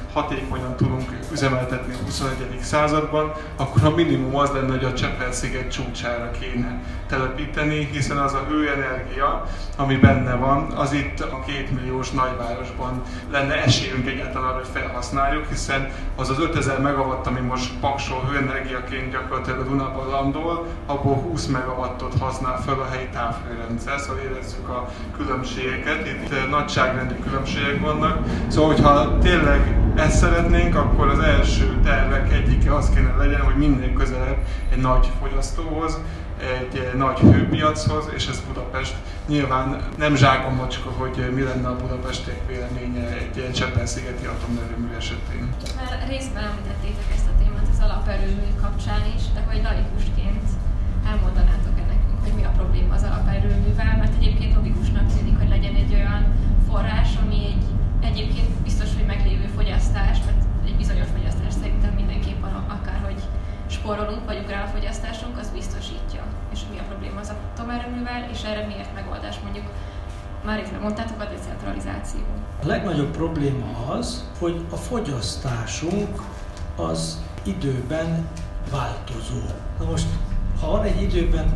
hatékonyan tudunk üzemeltetni a huszonegyedik században, akkor a minimum az lenne, hogy a Csepel-sziget csúcsára kéne telepíteni, hiszen az a hőenergia, ami benne van, az itt a kétmilliós nagyvárosban lenne esélyünk egyáltalán arra, hogy felhasználjuk, hiszen az az ötezer megawatt, ami most Paksol hőenergiaként gyakorlatilag a Dunában landol, abból húsz megawattot használ fel a helyi távhőrendszer, szóval érezzük a különbségeket, itt nagyságrendű különbségek vannak. Szóval, hogyha tényleg ezt szeretnénk, akkor az első tervek egyike az kéne legyen, hogy minél közelebb egy nagy fogyasztóhoz, egy nagy hőpiachoz, és ez Budapest. Nyilván nem zsákon macska, hogy mi lenne a budapestiek véleménye egy Csepel-szigeti atomerőmű esetén. Már részben említettétek ezt a témát az alaperőmű kapcsán is, de hogy laikusként elmondanátok -e nekünk, hogy mi a probléma az alaperőművel, mert egyébként logikusnak tűnik, hogy legyen egy olyan forrás, ami egy egyébként biztos, hogy meglévő fogyasztás, mert egy bizonyos fogyasztás szerintem mindenképpen akárhogy spórolunk, vagy ugrál a fogyasztásunk, az biztosítja. És mi a probléma az atomerőművel, és erre miért megoldás, mondjuk már részben mondtátok, a decentralizáció. A legnagyobb probléma az, hogy a fogyasztásunk az időben változó. Na most, ha van egy időben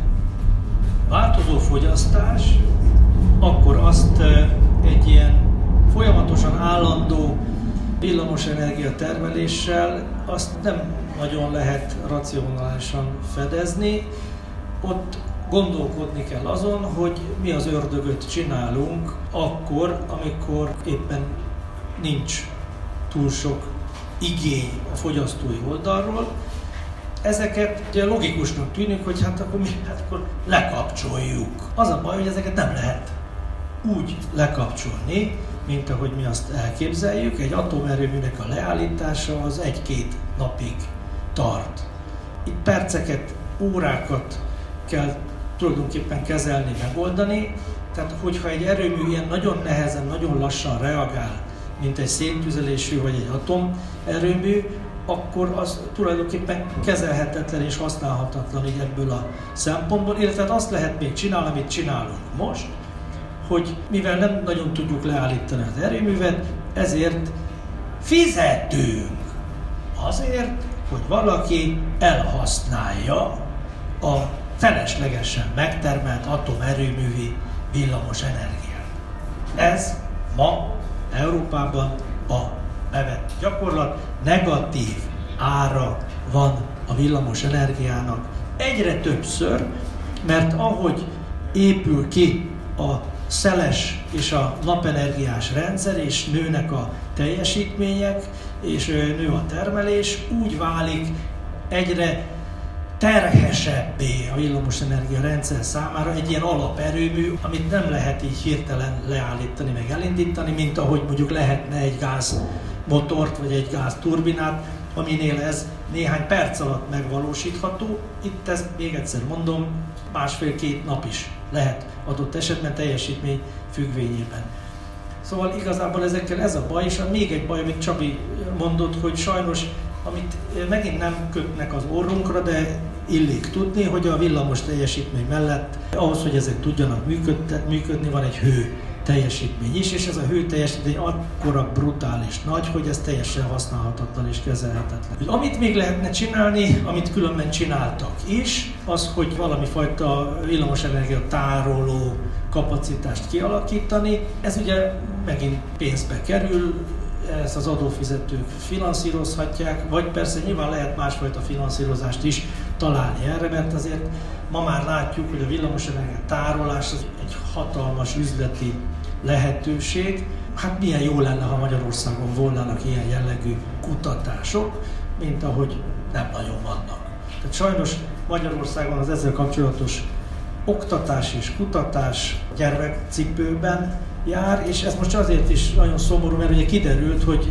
változó fogyasztás, akkor azt egy ilyen folyamatosan állandó villamosenergia termeléssel azt nem nagyon lehet racionálisan fedezni. Ott gondolkodni kell azon, hogy mi az ördögöt csinálunk akkor, amikor éppen nincs túl sok igény a fogyasztói oldalról. Ezeket ugye logikusnak tűnik, hogy hát akkor mi, hát akkor lekapcsoljuk. Az a baj, hogy ezeket nem lehet úgy lekapcsolni, mint ahogy mi azt elképzeljük. Egy atomerőműnek a leállítása az egy-két napig tart. Itt perceket, órákat kell tulajdonképpen kezelni, megoldani. Tehát, hogyha egy erőmű ilyen nagyon nehezen, nagyon lassan reagál, mint egy széntüzelésű vagy egy atomerőmű, akkor az tulajdonképpen kezelhetetlen és használhatatlan így ebből a szempontból, illetve azt lehet még csinálni, amit csinálunk most, hogy mivel nem nagyon tudjuk leállítani az erőművet, ezért fizetünk azért, hogy valaki elhasználja a feleslegesen megtermelt atomerőművi villamos energiát. Ez ma Európában a bevett gyakorlat, negatív ára van a villamos energiának egyre többször, mert ahogy épül ki a szeles és a napenergiás rendszer, és nőnek a teljesítmények, és nő a termelés, úgy válik egyre terhesebbé a villamosenergia rendszer számára egy ilyen alaperőmű, amit nem lehet így hirtelen leállítani, meg elindítani, mint ahogy mondjuk lehetne egy gázmotort, vagy egy gázturbinát, aminél ez néhány perc alatt megvalósítható. Itt ez, még egyszer mondom, másfél-két nap is lehet adott esetben teljesítmény függvényében. Szóval igazából ezekkel ez a baj, és még egy baj, amit Csabi mondott, hogy sajnos, amit megint nem kötnek az orrunkra, de illik tudni, hogy a villamos teljesítmény mellett ahhoz, hogy ezek tudjanak működni, van egy hő teljesítmény is, és ez a hő teljesítmény akkora brutális nagy, hogy ez teljesen használhatatlan és kezelhetetlen. Amit még lehetne csinálni, amit különben csináltak is, az, hogy valami fajta villamosenergia tároló kapacitást kialakítani. Ez ugye megint pénzbe kerül, ezt az adófizetők finanszírozhatják, vagy persze nyilván lehet másfajta finanszírozást is találni erre, mert azért ma már látjuk, hogy a villamosenergia tárolás az egy hatalmas üzleti lehetőség. Hát milyen jó lenne, ha Magyarországon volnának ilyen jellegű kutatások, mint ahogy nem nagyon vannak. Tehát sajnos Magyarországon az ezzel kapcsolatos oktatás és kutatás gyermekcipőben jár, és ez most azért is nagyon szomorú, mert ugye kiderült, hogy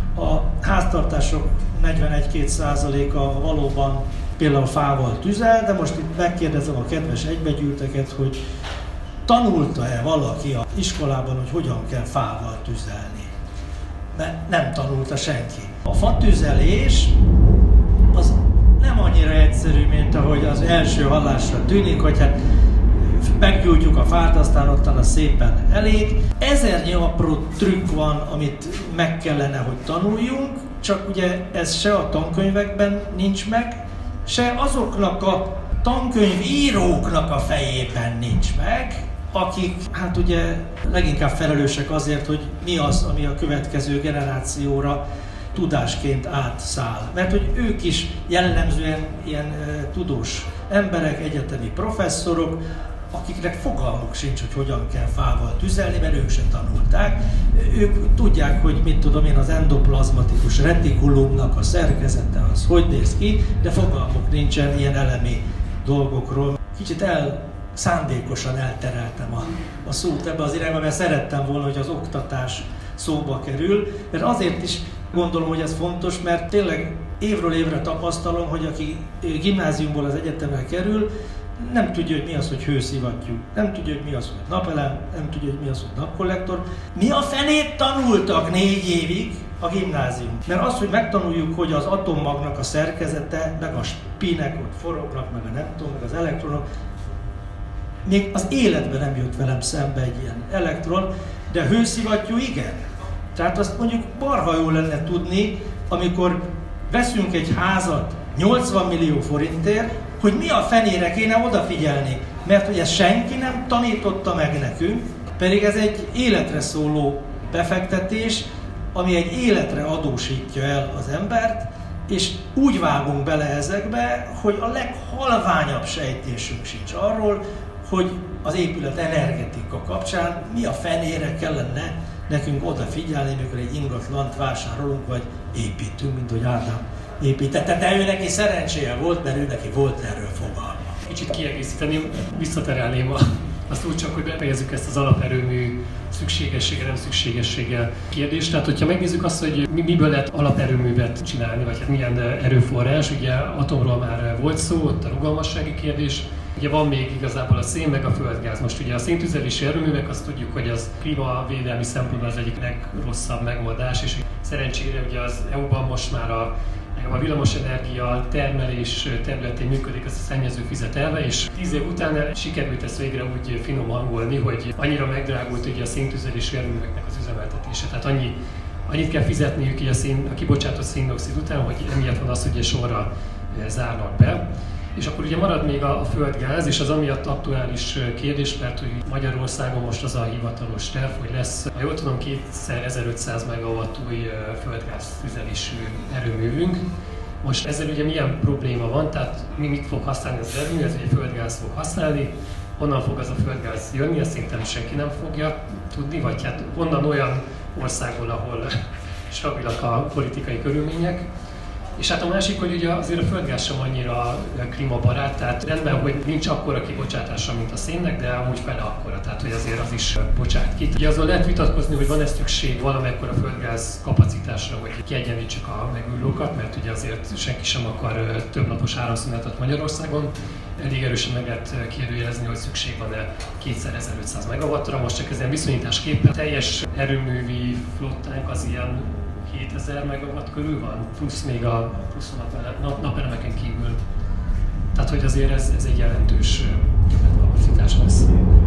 a háztartások negyvenegy-két százaléka valóban például fával tüzel, de most itt megkérdezem a kedves egybegyűlteket, hogy tanulta-e valaki az iskolában, hogy hogyan kell fával tüzelni? Mert nem tanulta senki. A fatüzelés az nem annyira egyszerű, mint ahogy az első hallásra tűnik, hogy hát meggyújtjuk a fát, aztán ottan a szépen elég. Ezernyi apró trükk van, amit meg kellene, hogy tanuljunk, csak ugye ez se a tankönyvekben nincs meg, se azoknak a tankönyvíróknak a fejében nincs meg, akik hát ugye leginkább felelősek azért, hogy mi az, ami a következő generációra tudásként átszáll. Mert hogy ők is jellemzően ilyen e, tudós emberek, egyetemi professzorok, akiknek fogalmuk sincs, hogy hogyan kell fával tüzelni, mert ők sem tanulták. Ők tudják, hogy mit tudom én, az endoplazmatikus retikulumnak a szerkezete az hogy néz ki, de fogalmuk nincsen ilyen elemi dolgokról. Kicsit el, szándékosan eltereltem a, a szót ebbe az irányba, mert szerettem volna, hogy az oktatás szóba kerül, mert azért is gondolom, hogy ez fontos, mert tényleg évről évre tapasztalom, hogy aki gimnáziumból az egyetemre kerül, nem tudja, hogy mi az, hogy hőszivattyú, nem tudja, hogy mi az, hogy napelem, nem tudja, hogy mi az, hogy napkollektor. Mi a fenét tanultak négy évig a gimnázium? Mert az, hogy megtanuljuk, hogy az atommagnak a szerkezete, meg a spinek ott forognak, meg a nem tudom, meg az elektronok, még az életben nem jött velem szembe egy ilyen elektron, de a hőszivattyú igen. Tehát azt mondjuk marha jó lenne tudni, amikor veszünk egy házat nyolcvan millió forintért, hogy mi a fenére kéne odafigyelni. Mert hogy ezt senki nem tanította meg nekünk, pedig ez egy életre szóló befektetés, ami egy életre adósítja el az embert, és úgy vágunk bele ezekbe, hogy a leghalványabb sejtésünk sincs arról, hogy az épület energetika kapcsán mi a fenére kellene nekünk odafigyelni, mikor egy ingatlant vásárolunk, vagy építünk, mint hogy Ádám építette, de ő neki szerencséje volt, mert ő neki volt erről fogalma. Kicsit kiegészíteni, visszaterelném a, azt úgy csak, hogy befejezzük ezt az alaperőmű szükségessége, nem szükségessége kérdést. Tehát, hogyha megnézzük azt, hogy miből lehet alaperőművet csinálni, vagy hát milyen erőforrás, ugye atomról már volt szó, ott a rugalmassági kérdés. Ugye van még igazából a szén, meg a földgáz. Most ugye a széntüzelési erőművek, azt tudjuk, hogy az klímavédelmi szempontból az egyik legrosszabb megoldás, és szerencsére ugye az é u-ban most már a, a villamosenergia termelés területén működik ez a szennyező fizet elve, és tíz év után sikerült ezt végre úgy finom hangolni, hogy annyira megdrágult ugye a széntüzelési erőműveknek az üzemeltetése. Tehát annyi, annyit kell fizetniük így a, szén, a kibocsátott széndioxid után, hogy emiatt van az, hogy sorra zárnak be. És akkor ugye marad még a, a földgáz, és az amiatt aktuális kérdés, mert hogy Magyarországon most az a hivatalos terv, hogy lesz, ha jól tudom, kétszer ezerötszáz megawatt új földgáz tüzelésű erőművünk. Most ezzel ugye milyen probléma van, tehát mi mit fog használni az erőmű, ez ugye földgáz fog használni, honnan fog az a földgáz jönni, ezt szerintem senki nem fogja tudni, vagy hát honnan olyan országból, ahol stabilak a politikai körülmények. És hát a másik, hogy ugye azért a földgáz sem annyira klímabarát, tehát rendben, hogy nincs akkora kibocsátása, mint a szénnek, de amúgy fele akkora, tehát hogy azért az is bocsát ki. Ugye azon lehet vitatkozni, hogy van-e szükség valamekkora földgáz kapacitásra, hogy kiegyenlítsük a megújulókat, mert ugye azért senki sem akar többnapos áramszünetet Magyarországon. Elég erősen meg lehet kérdőjelezni, hogy szükség van-e kétszer ezerötszáz megawattra. Most csak ezen viszonyításképpen teljes erőművi flottánk az ilyen hétezer megawatt körül van, plusz még a plusz nap, napelemeken kívül. Tehát, hogy azért ez, ez egy jelentős kapacitás lesz.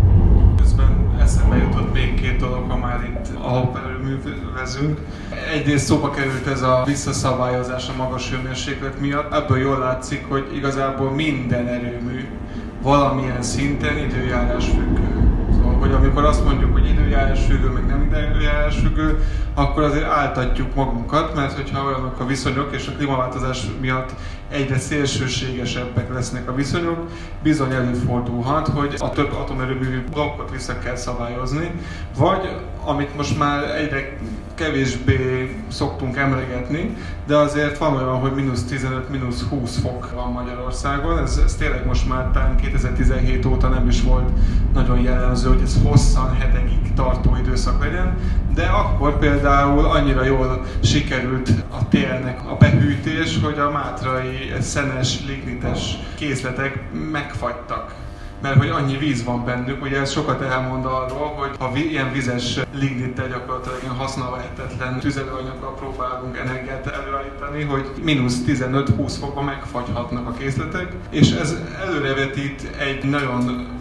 Közben eszembe jutott még két dolog, ha már itt alaperőművezünk. Egyrészt szóba került ez a visszaszabályozás a magas hőmérséklet miatt. Ebből jól látszik, hogy igazából minden erőmű valamilyen szinten időjárás függő. Hogy amikor azt mondjuk, hogy időjárás függő, meg nem időjárás függő, akkor azért áltatjuk magunkat, mert hogyha olyanok a viszonyok, és a klímaváltozás miatt egyre szélsőségesebbek lesznek a viszonyok, bizony előfordulhat, hogy a több atomerőmű blokkot vissza kell szabályozni, vagy amit most már egyre kevésbé szoktunk emlegetni, de azért van olyan, hogy mínusz tizenöt, mínusz húsz fok van Magyarországon. Ez, ez tényleg most már talán kétezer-tizenhét óta nem is volt nagyon jellemző, hogy ez hosszan, hetekig tartó időszak legyen, de akkor például annyira jól sikerült a térnek a behűtés, hogy a mátrai szenes, lignites készletek megfagytak. Mert hogy annyi víz van bennük, ugye ez sokat elmond arról, hogy ha ilyen vizes lignittel gyakorlatilag ilyen használhatatlan tüzelőanyaggal próbálunk energiát előállítani, hogy mínusz tizenöt-húsz fokban megfagyhatnak a készletek, és ez előrevetít egy nagyon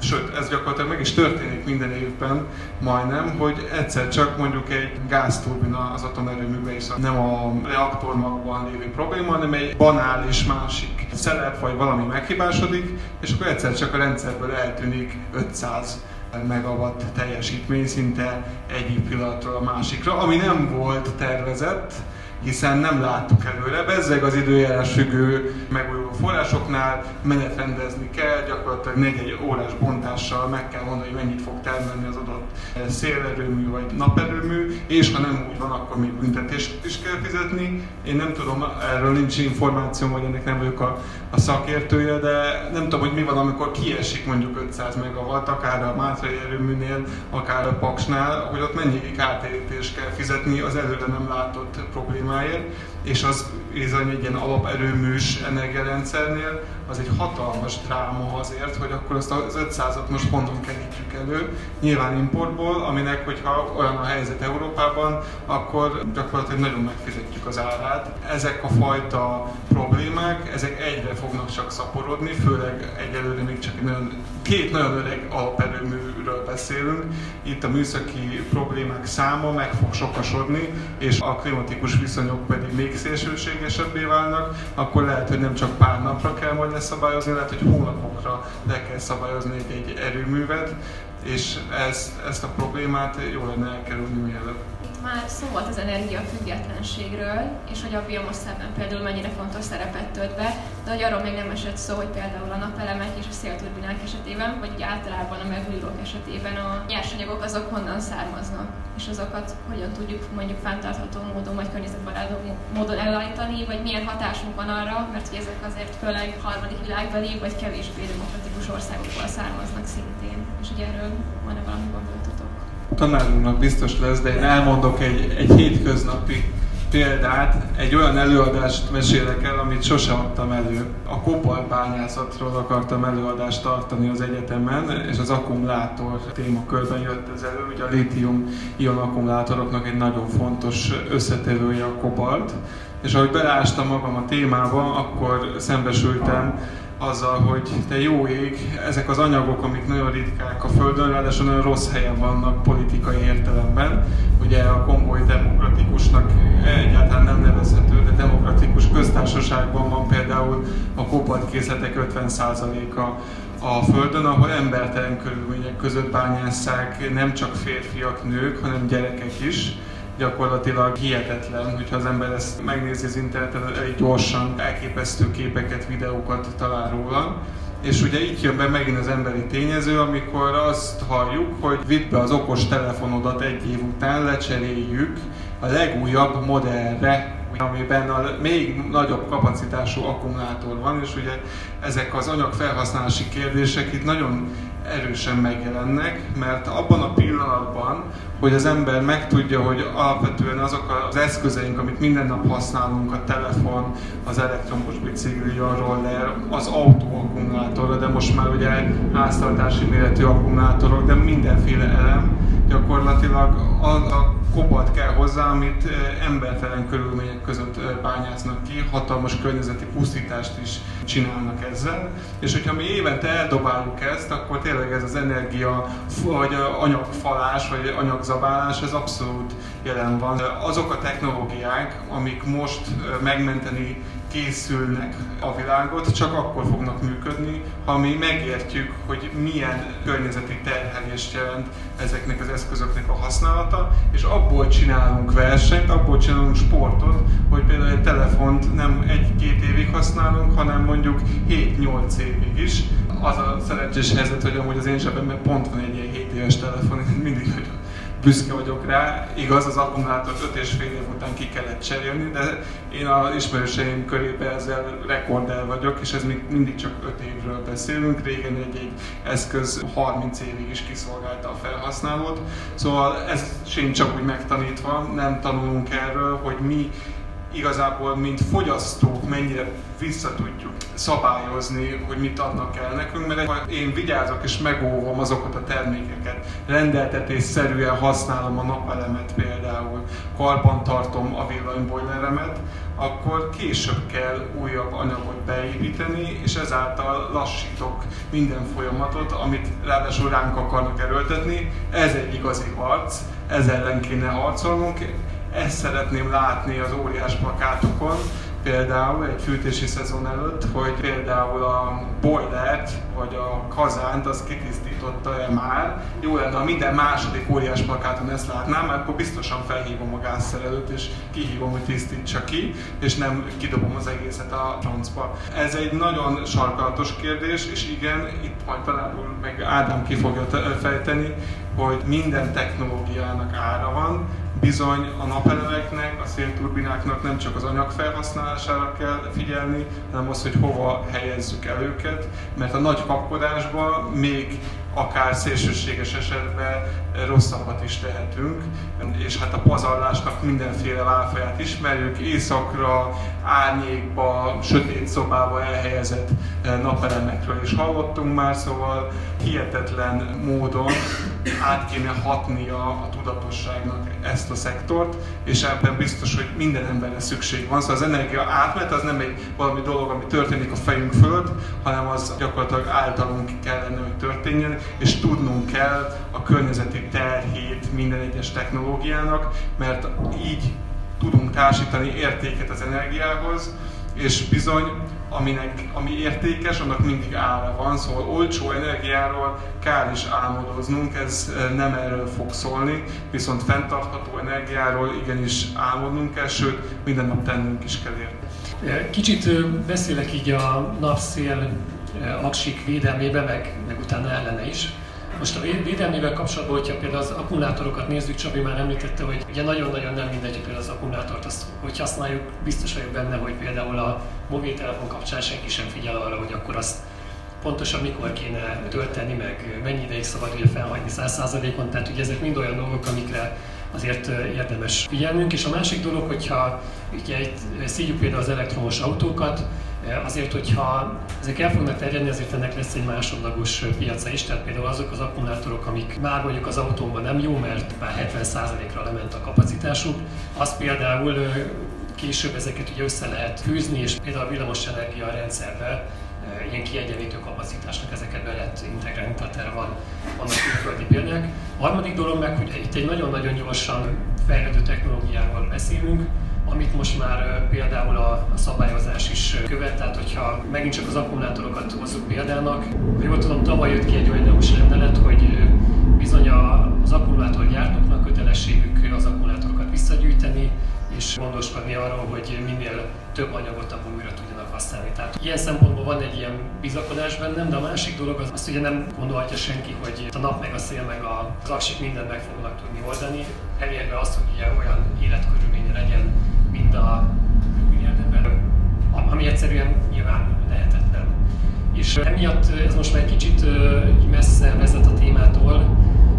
Sőt, ez gyakorlatilag meg is történik minden évben majdnem, hogy egyszer csak mondjuk egy gázturbina az atomerőműben is nem a reaktormagban lévő probléma, hanem egy banális másik szelep vagy valami meghibásodik, és akkor egyszer csak a rendszerből eltűnik ötszáz megawatt teljesítmény szinte egyik pillanatról a másikra, ami nem volt tervezett, hiszen nem láttuk előre. Bezzeg az időjárás függő megújuló forrásoknál menetrendezni kell, gyakorlatilag négy órás bontással meg kell mondani, hogy mennyit fog termelni az adott szélerőmű vagy naperőmű, és ha nem úgy van, akkor még büntetést is kell fizetni. Én nem tudom, erről nincs információm, vagy ennek nem vagyok a, a szakértője, de nem tudom, hogy mi van, amikor kiesik mondjuk ötszáz megawatt, akár a Mátrai erőműnél, akár a Paksnál, hogy ott mennyi kártérítést kell fizetni az előre nem látott problémáért, és az bizony egy ilyen alaperőműs energiarendszernél az egy hatalmas dráma azért, hogy akkor azt az ötszázat most honnan kerítjük elő, nyilván importból, aminek, hogyha olyan a helyzet Európában, akkor gyakorlatilag nagyon megfizetjük az árát. Ezek a fajta problémák, ezek egyre fognak csak szaporodni, főleg egyelőre még csak nagyon, két nagyon öreg alaperőműről beszélünk. Itt a műszaki problémák száma meg fog sokasodni, és a klimatikus viszonyok pedig még szélsőségesebbé válnak, akkor lehet, hogy nem csak pár napra kell majd leszabályozni, lehet, hogy hónapokra le kell szabályozni egy, egy erőművet, és ezt, ezt a problémát jó lenne elkerülni mielőbb. Már szó volt az energiafüggetlenségről, és hogy a biomasszában például mennyire fontos szerepet tölt be, de hogy arról még nem esett szó, hogy például a napelemek és a szélturbinák esetében, vagy általában a megújulók esetében a nyersanyagok azok honnan származnak, és azokat hogyan tudjuk mondjuk fenntartható módon, vagy környezetbarátó módon elállítani, vagy milyen hatásunk van arra, mert hogy ezek azért főleg harmadik világbeli, vagy kevésbé demokratikus országokból származnak szintén. És ugye erről van-e valami gondolatotok? Tanárunknak biztos lesz, de én elmondok egy, egy hétköznapi példát, egy olyan előadást mesélek el, amit sose adtam elő. A kobaltbányászatról akartam előadást tartani az egyetemen, és az akkumulátor témakörben jött ez elő. Ugye a lítium-ion akkumulátoroknak egy nagyon fontos összetevője a kobalt, és ahogy beleástam magam a témába, akkor szembesültem azzal, hogy te jó ég, ezek az anyagok, amik nagyon ritkák a Földön, ráadásul nagyon rossz helyen vannak politikai értelemben. Ugye a Kongói Demokratikusnak egyáltalán nem nevezhető, de demokratikus köztársaságban van például a kobaltkészletek ötven százaléka a Földön, ahol embertelen körülmények között bányásszák nem csak férfiak, nők, hanem gyerekek is. Gyakorlatilag hihetetlen, hogyha az ember ezt megnézi az interneten, elég gyorsan elképesztő képeket, videókat talál róla. És ugye itt jön be megint az emberi tényező, amikor azt halljuk, hogy vidd be az okos telefonodat egy év után, lecseréljük a legújabb modellre, amiben a még nagyobb kapacitású akkumulátor van, és ugye ezek az anyagfelhasználási kérdések itt nagyon erősen megjelennek, mert abban a pillanatban, hogy az ember megtudja, hogy alapvetően azok az eszközeink, amit minden nap használunk, a telefon, az elektromos bicikli, a roller, az autóakkumulátor, de most már ugye háztartási méretű akkumulátorok, de mindenféle elem, gyakorlatilag a, a kobalt kell hozzá, amit embertelen körülmények között bányásznak ki, hatalmas környezeti pusztítást is csinálnak ezzel. És hogyha mi évente eldobáljuk ezt, akkor tényleg ez az energia, vagy anyagfalás, vagy anyagzabálás, ez abszolút jelen van. Azok a technológiák, amik most megmenteni készülnek a világot, csak akkor fognak működni, ha mi megértjük, hogy milyen környezeti terhelést jelent ezeknek az eszközöknek a használata, és abból csinálunk versenyt, abból csinálunk sportot, hogy például egy telefont nem egy-két évig használunk, hanem mondjuk hét-nyolc évig is. Az a szerencsés helyzet, hogy amúgy az én zsebemben pont van egy ilyen hét éves telefon, én mindig hogy büszke vagyok rá. Igaz, az akkumulátort öt és fél év után ki kellett cserélni, de én az ismerőseim körében ezzel rekorder vagyok, és ez még mindig csak öt évről beszélünk. Régen egy-egy eszköz harminc évig is kiszolgálta a felhasználót. Szóval ez sincs csak úgy megtanítva, nem tanulunk erről, hogy mi igazából, mint fogyasztók mennyire vissza tudjuk szabályozni, hogy mit adnak el nekünk, mert ha én vigyázok és megóvom azokat a termékeket, rendeltetésszerűen használom a napelemet például, karbantartom a villanybojleremet, akkor később kell újabb anyagot beépíteni, és ezáltal lassítok minden folyamatot, amit ráadásul ránk akarnak erőltetni. Ez egy igazi harc, ez ellen kéne harcolnunk. Ezt szeretném látni az óriás plakátokon, például egy fűtési szezon előtt, hogy például a boilert vagy a kazánt azt kitisztította-e már. Jó lenne, ha minden második óriás plakáton ezt látnám, mert akkor biztosan felhívom a gázszerelőt és kihívom, hogy tisztítsa ki, és nem kidobom az egészet a francba. Ez egy nagyon sarkalatos kérdés, és igen, itt majd talán meg Ádám ki fogja fejteni, hogy minden technológiának ára van. Bizony a napelemeknek, a szélturbináknak nem csak az anyag felhasználására kell figyelni, hanem az, hogy hova helyezzük el őket, mert a nagy kapkodásban még akár szélsőséges esetben rosszabbat is tehetünk, és hát a pazarlásnak mindenféle válfaját ismerjük, éjszakra, árnyékba, sötét szobába elhelyezett napelemekről is hallottunk már, szóval hihetetlen módon át kéne hatnia a tudatosságnak ezt a szektort, és ebben biztos, hogy minden emberre szükség van. Szóval az energia átmenet az nem egy valami dolog, ami történik a fejünk fölött, hanem az gyakorlatilag általunk kellene, hogy történjen, és tudnunk kell a környezeti terhét minden egyes technológiának, mert így tudunk társítani értéket az energiához, és bizony, aminek, ami értékes, annak mindig ára van, szóval olcsó energiáról kár is álmodoznunk, ez nem erről fog szólni, viszont fenntartható energiáról igenis álmodnunk kell, sőt, minden nap tennünk is kell érni. Kicsit beszélek így a napszél aksik védelmébe, meg, meg utána ellene is. Most a védelmével kapcsolatban, hogyha például az akkumulátorokat nézzük, Csabi már említette, hogy ugye nagyon-nagyon nem mindegy, hogy például az akkumulátort, azt, hogy használjuk, biztos vagyok benne, hogy például a mobiltelefon kapcsán senki sem figyel arra, hogy akkor azt pontosan mikor kéne tölteni, meg mennyi ideig szabad ugye felhagyni száz százalékon, tehát ugye ezek mind olyan dolgok, amikre azért érdemes figyelnünk. És a másik dolog, hogyha ugye itt szígyük például az elektromos autókat, azért, hogyha ezek el fognak terjedni, azért ennek lesz egy másodlagos piaca is, tehát például azok az akkumulátorok, amik már mondjuk az autóban nem jó, mert már hetven százalékra lement a kapacitásuk, az például később ezeket ugye össze lehet fűzni, és például a villamosenergia rendszerbe ilyen kiegyenlítő kapacitásnak ezeket be lehet integrálni, tehát erre van, vannak külföldi példák. A harmadik dolog meg, hogy itt egy nagyon-nagyon gyorsan fejlődő technológiáról beszélünk, amit most már például a szabályozás is követ, tehát hogyha megint csak az akkumulátorokat hozzuk példának, jól tudom, tavaly jött ki egy olyan é u-s rendelet, hogy bizony az akkumulátorgyártóknak kötelességük az akkumulátorokat visszagyűjteni, és gondoskodni arról, hogy minél több anyagot abból újra tudjanak használni. Tehát ilyen szempontból van egy ilyen bizakodás bennem, de a másik dolog az, azt ugye nem gondolhatja senki, hogy a nap meg a szél meg az aksik mindent meg fognak tudni oldani, elérve azt, hogy ugye olyan életkörülménye legyen, mind a milliárdember, ami egyszerűen nyilván lehetetlen. És emiatt ez most már egy kicsit messze vezet a témától,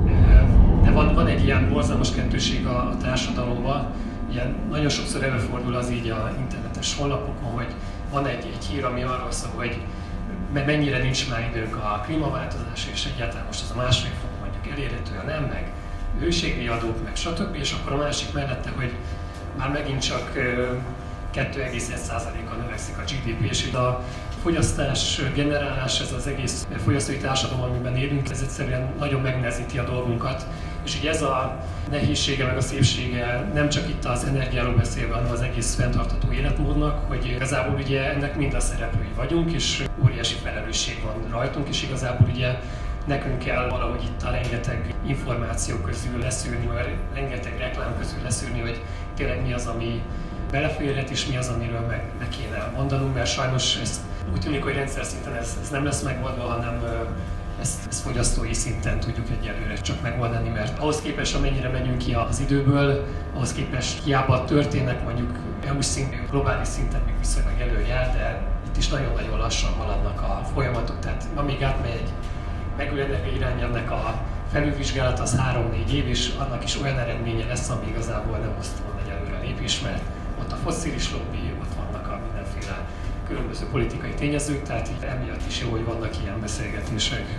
de van, van egy ilyen borzalmas kettőség a, a társadalomban. Ilyen, nagyon sokszor előfordul az így a internetes honlapokon, hogy van egy, egy hír, ami arról szól, hogy mennyire nincs már időnk a klímaváltozás, és egyáltalán most az a másfél fok mondjuk elérhető, nem, meg hőségdíjadók, meg stb. És akkor a másik mellette, hogy már megint csak kettő egész egy százalékkal növekszik a gé dé pé, és a fogyasztás generálás, ez az egész fogyasztói társadalom, amiben élünk, ez egyszerűen nagyon megnehezíti a dolgunkat. És így ez a nehézsége meg a szépsége nem csak itt az energiáról beszélve, hanem az egész fenntartható életmódnak, hogy igazából ugye ennek mind a szereplői vagyunk, és óriási felelősség van rajtunk, és igazából ugye nekünk kell valahogy itt a rengeteg információ közül leszűrni, vagy rengeteg reklám közül leszűrni, hogy tényleg mi az, ami beleférhet, és mi az, amiről meg, meg kéne mondanunk, mert sajnos ez úgy tűnik, hogy rendszer szinten ez, ez nem lesz megoldva, hanem ezt, ezt fogyasztói szinten tudjuk egyelőre csak megoldani, mert ahhoz képest, amennyire menjünk ki az időből, ahhoz képest hiába történnek mondjuk é u-s szintű, globális szinten még viszonylag előjár, de itt is nagyon-nagyon lassan haladnak a folyamatok, tehát amíg átmegy egy megújuló energia irányelvnek a felülvizsgálat az három-négy év, és annak is olyan eredménye lesz, ami igazából nem azt volna egy előre lépés, mert ott a fosszilis lobby, ott vannak a mindenféle különböző politikai tényezők, tehát így emiatt is jó, hogy vannak ilyen beszélgetések.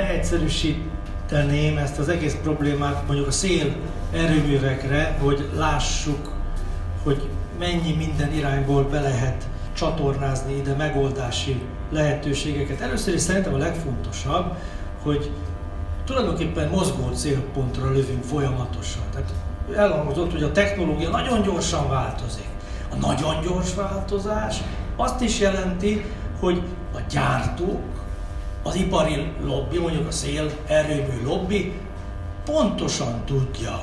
Leegyszerűsíteném ezt az egész problémát mondjuk a szél erőművekre, hogy lássuk, hogy mennyi minden irányból be lehet csatornázni ide megoldási lehetőségeket. Először is szerintem a legfontosabb, hogy tulajdonképpen mozgó célpontra lövünk folyamatosan. Tehát elhangzott, hogy a technológia nagyon gyorsan változik. A nagyon gyors változás azt is jelenti, hogy a gyártók, az ipari lobby, mondjuk a szél erőmű lobby pontosan tudja,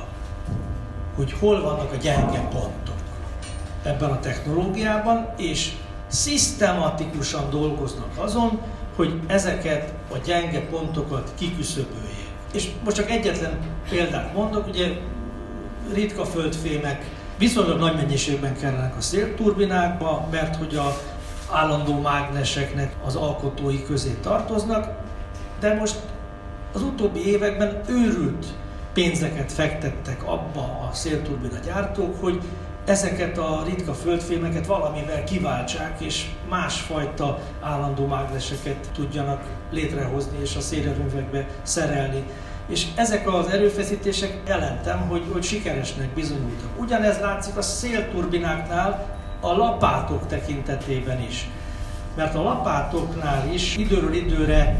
hogy hol vannak a gyenge pontok ebben a technológiában, és szisztematikusan dolgoznak azon, hogy ezeket a gyenge pontokat kiküszöböljék. És most csak egyetlen példát mondok, ugye ritka földfémek viszonylag nagy mennyiségben kellenek a szélturbinákba, mert hogy a állandó mágneseknek az alkotói közé tartoznak, de most az utóbbi években őrült pénzeket fektettek abba a szélturbina gyártók, hogy ezeket a ritka földfémeket valamivel kiváltsák, és másfajta állandó mágneseket tudjanak létrehozni és a szélerőművekbe szerelni. És ezek az erőfeszítések jelentem, hogy, hogy sikeresnek bizonyultak. Ugyanez látszik a szélturbináknál, a lapátok tekintetében is. Mert a lapátoknál is időről időre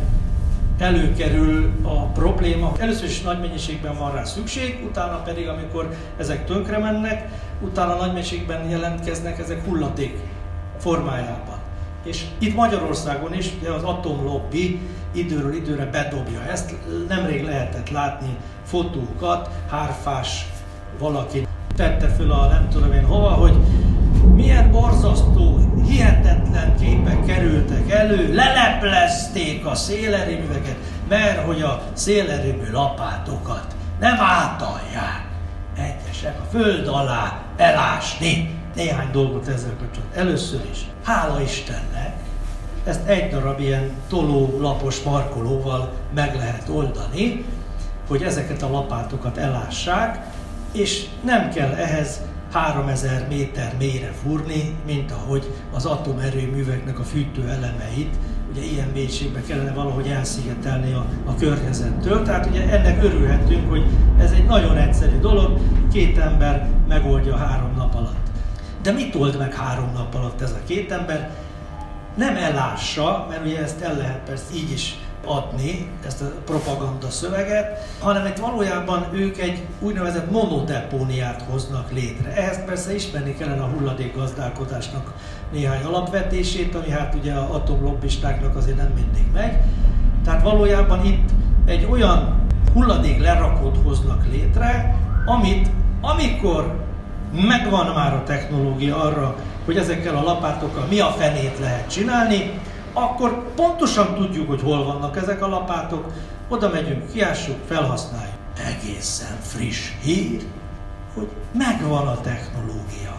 előkerül a probléma. Először is nagy mennyiségben van rá szükség, utána pedig, amikor ezek tönkre mennek, utána nagy mennyiségben jelentkeznek ezek hulladék formájában. És itt Magyarországon is az atomlobby időről időre bedobja ezt. Nemrég lehetett látni fotókat, hárfás valaki tette föl a nem tudom én hova, hogy milyen borzasztó, hihetetlen képek kerültek elő, leleplezték a szélerőműveket, mert hogy a szélerőmű lapátokat nem átalják egyesek a föld alá elásni. Néhány dolgot ezzel kapcsolatban. Először is, hála Istennek, ezt egy darab ilyen tolólapos markolóval meg lehet oldani, hogy ezeket a lapátokat elássák, és nem kell ehhez háromezer méter mélyre fúrni, mint ahogy az atomerőműveknek a fűtőelemeit, ugye ilyen mélységbe kellene valahogy elszigetelni a, a környezettől. Tehát ugye ennek örülhetünk, hogy ez egy nagyon egyszerű dolog, két ember megoldja három nap alatt. De mit old meg három nap alatt ez a két ember? Nem elássa, mert ugye ezt el lehet persze így is adni, ezt a propaganda szöveget, hanem itt valójában ők egy úgynevezett monodepóniát hoznak létre. Ehhez persze ismerni kellene a hulladékgazdálkodásnak néhány alapvetését, ami hát ugye az atomlobbistáknak azért nem mindig megy. Tehát valójában itt egy olyan hulladék lerakót hoznak létre, amit amikor megvan már a technológia arra, hogy ezekkel a lapátokkal mi a fenét lehet csinálni, akkor pontosan tudjuk, hogy hol vannak ezek a lapátok, oda megyünk, kiássuk, felhasználjuk. Egészen friss hír, hogy megvan a technológia.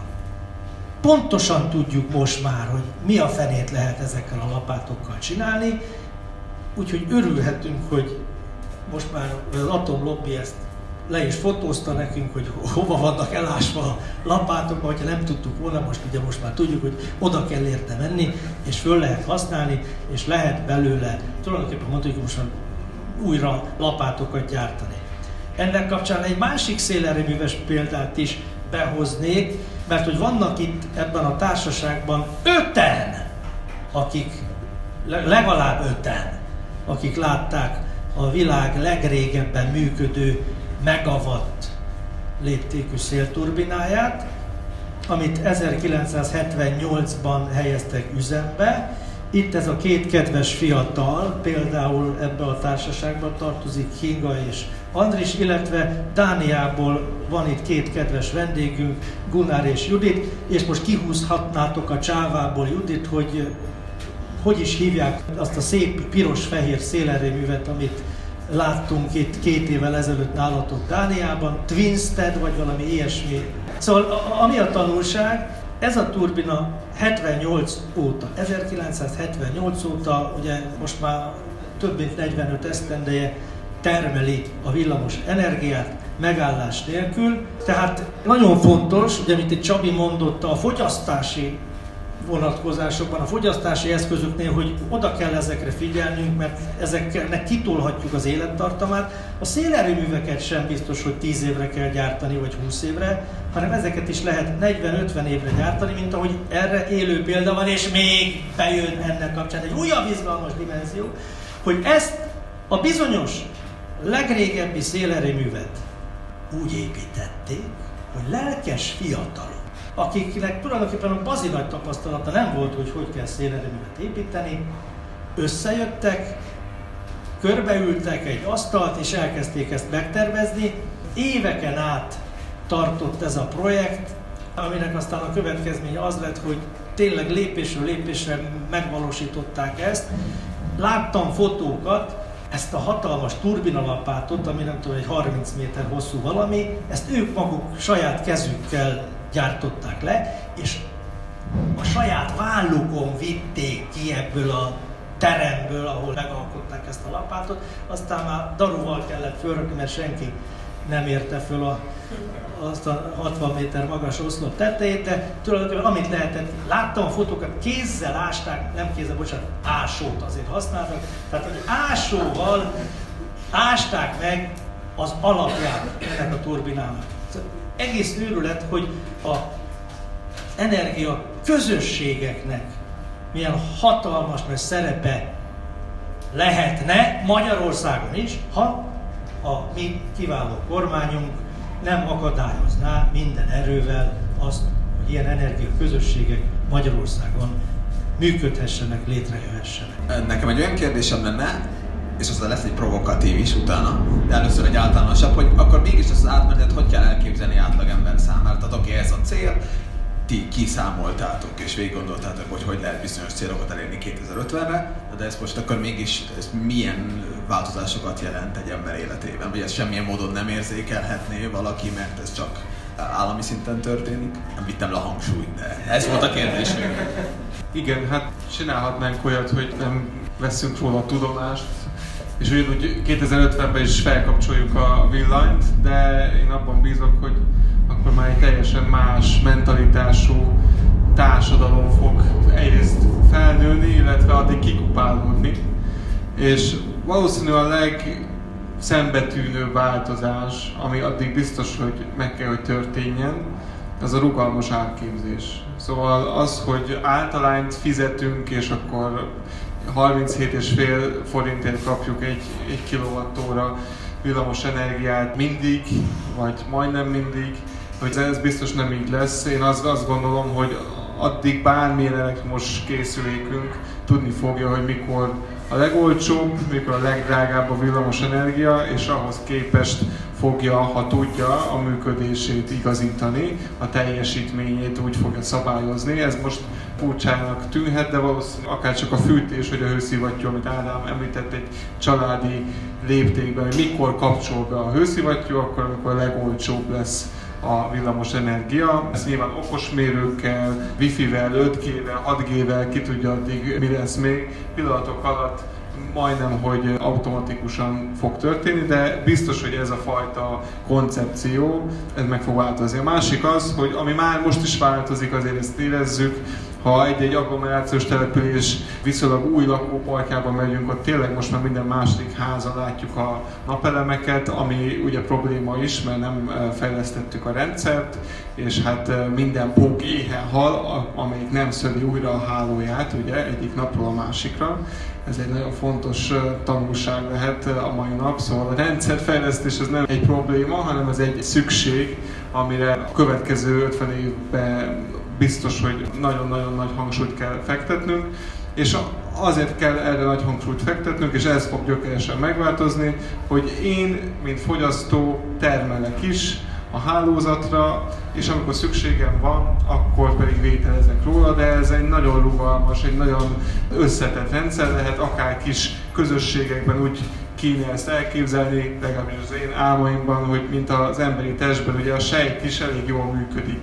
Pontosan tudjuk most már, hogy mi a fenét lehet ezekkel a lapátokkal csinálni, úgyhogy örülhetünk, hogy most már az atomlobby ezt le is fotózta nekünk, hogy hova vannak elásva a lapátokba, hogyha nem tudtuk volna, most ugye most már tudjuk, hogy oda kell érte menni, és föl lehet használni, és lehet belőle, tulajdonképpen mondjuk, hogy most már újra lapátokat gyártani. Ennek kapcsán egy másik szélerőműves példát is behoznék, mert hogy vannak itt ebben a társaságban öten, akik, legalább öten, akik látták a világ legrégebben működő megawatt léptékű szélturbináját, amit ezerkilencszázhetvennyolcban helyeztek üzembe. Itt ez a két kedves fiatal, például ebbe a társaságban tartozik Kinga és Andris, illetve Dániából van itt két kedves vendégünk, Gunnar és Judit, és most kihúzhatnátok a csávából Judit, hogy hogy is hívják azt a szép piros-fehér szélerőművet, amit láttunk itt két évvel ezelőtt nálatok Dániában, Twinsted vagy valami ilyesmi. Szóval ami a tanulság, ez a turbina hetvennyolc óta, ezerkilencszázhetvennyolc óta, ugye most már több mint negyvenöt esztendeje termeli a villamos energiát megállás nélkül. Tehát nagyon fontos, ugye, mint itt Csabi mondotta, a fogyasztási vonatkozásokban, a fogyasztási eszközöknél, hogy oda kell ezekre figyelnünk, mert ezeknek kitolhatjuk az élettartamát. A szélerőműveket sem biztos, hogy tíz évre kell gyártani, vagy húsz évre, hanem ezeket is lehet negyven-ötven évre gyártani, mint ahogy erre élő példa van, és még bejön ennek kapcsán egy újabb izgalmas dimenzió, hogy ezt a bizonyos legrégebbi szélerőművet úgy építették, hogy lelkes fiatalok, akiknek tulajdonképpen a bazi nagy tapasztalata nem volt, hogy hogy kell szélerőművet építeni, összejöttek, körbeültek egy asztalt, és elkezdték ezt megtervezni. Éveken át tartott ez a projekt, aminek aztán a következménye az lett, hogy tényleg lépésről lépésre megvalósították ezt. Láttam fotókat, ezt a hatalmas turbinalapátot, ami nem tudom, egy harminc méter hosszú valami, ezt ők maguk saját kezükkel gyártották le, és a saját vállukon vitték ki ebből a teremből, ahol megalkották ezt a lapátot, aztán már daruval kellett fölrakni, mert senki nem érte föl a, azt a hatvan méter magas oszlop tetejét, de tulajdonképpen amit lehetett, láttam a fotókat, kézzel ásták, nem kézzel, bocsánat, ásót azért használtak, tehát hogy ásóval ásták meg az alapját ennek a turbinának. Egész őrület, hogy a energia közösségeknek milyen hatalmas nagy szerepe lehetne Magyarországon is, ha a mi kiváló kormányunk nem akadályozná minden erővel azt, hogy ilyen energia közösségek Magyarországon működhessenek, létrejöhessenek. Nekem egy olyan kérdésem lenne, és aztán lesz egy provokatív is utána, de először egy általánosabb, hogy akkor mégis ezt az átmenetet hogy kell elképzelni átlagember számára? Tehát oké, ez a cél, ti kiszámoltátok és végiggondoltátok, hogy hogy lehet bizonyos célokat elérni kétezer-ötvenre, de ez most akkor mégis ez milyen változásokat jelent egy ember életében? Vagy ezt semmilyen módon nem érzékelhetné valaki, mert ez csak állami szinten történik? Nem vittem le a hangsúlyt, de ez volt a kérdés. Igen, hát csinálhatnánk olyat, hogy nem veszünk róla tudomást, és ugyanúgy kétezer-ötvenben is felkapcsoljuk a villanyt, de én abban bízok, hogy akkor már egy teljesen más mentalitású társadalom fog egyrészt felnőni, illetve addig kikupálódni. És valószínű a legszembetűnőbb változás, ami addig biztos, hogy meg kell, hogy történjen, az a rugalmas árképzés. Szóval az, hogy általányt fizetünk, és akkor harminchét egész öt forintért kapjuk egy, egy kilowattóra villamos energiát mindig, vagy majdnem mindig, hogy ez biztos nem így lesz. Én azt, azt gondolom, hogy addig bármilyen elektromos készülékünk tudni fogja, hogy mikor a legolcsóbb, mikor a legdrágább a villamos energia, és ahhoz képest fogja, ha tudja, a működését igazítani, a teljesítményét úgy fogja szabályozni. Ez most furcsának tűnhet, de valószínűleg akár csak a fűtés, vagy a hőszivattyú, amit Ádám említett egy családi léptékben, hogy mikor kapcsol be a hőszivattyú, akkor amikor a legolcsóbb lesz a villamos energia. Ez nyilván okosmérőkkel, wifi-vel, öt G-vel, hat G-vel, ki tudja addig mi lesz még. Pillanatok alatt majdnem, hogy automatikusan fog történni, de biztos, hogy ez a fajta koncepció, ez meg fog változni. A másik az, hogy ami már most is változik, azért ezt érezzük, ha egy-egy agglomerációs település viszonylag új lakóparkjában megyünk, ott tényleg most már minden második házon látjuk a napelemeket, ami ugye probléma is, mert nem fejlesztettük a rendszert, és hát minden pók éhen hal, amelyik nem szövi újra a hálóját, ugye, egyik napról a másikra. Ez egy nagyon fontos tanulság lehet a mai nap, szóval a rendszerfejlesztés ez nem egy probléma, hanem ez egy szükség, amire a következő ötven évben biztos, hogy nagyon-nagyon nagy hangsúlyt kell fektetnünk, és azért kell erre nagy hangsúlyt fektetnünk, és ez fog gyökeresen megváltozni, hogy én, mint fogyasztó termelek is a hálózatra, és amikor szükségem van, akkor pedig vételezek róla, de ez egy nagyon rugalmas, egy nagyon összetett rendszer lehet, akár kis közösségekben úgy kéne ezt elképzelni, legalábbis az én álmaimban, hogy mint az emberi testben, ugye a sejt is elég jól működik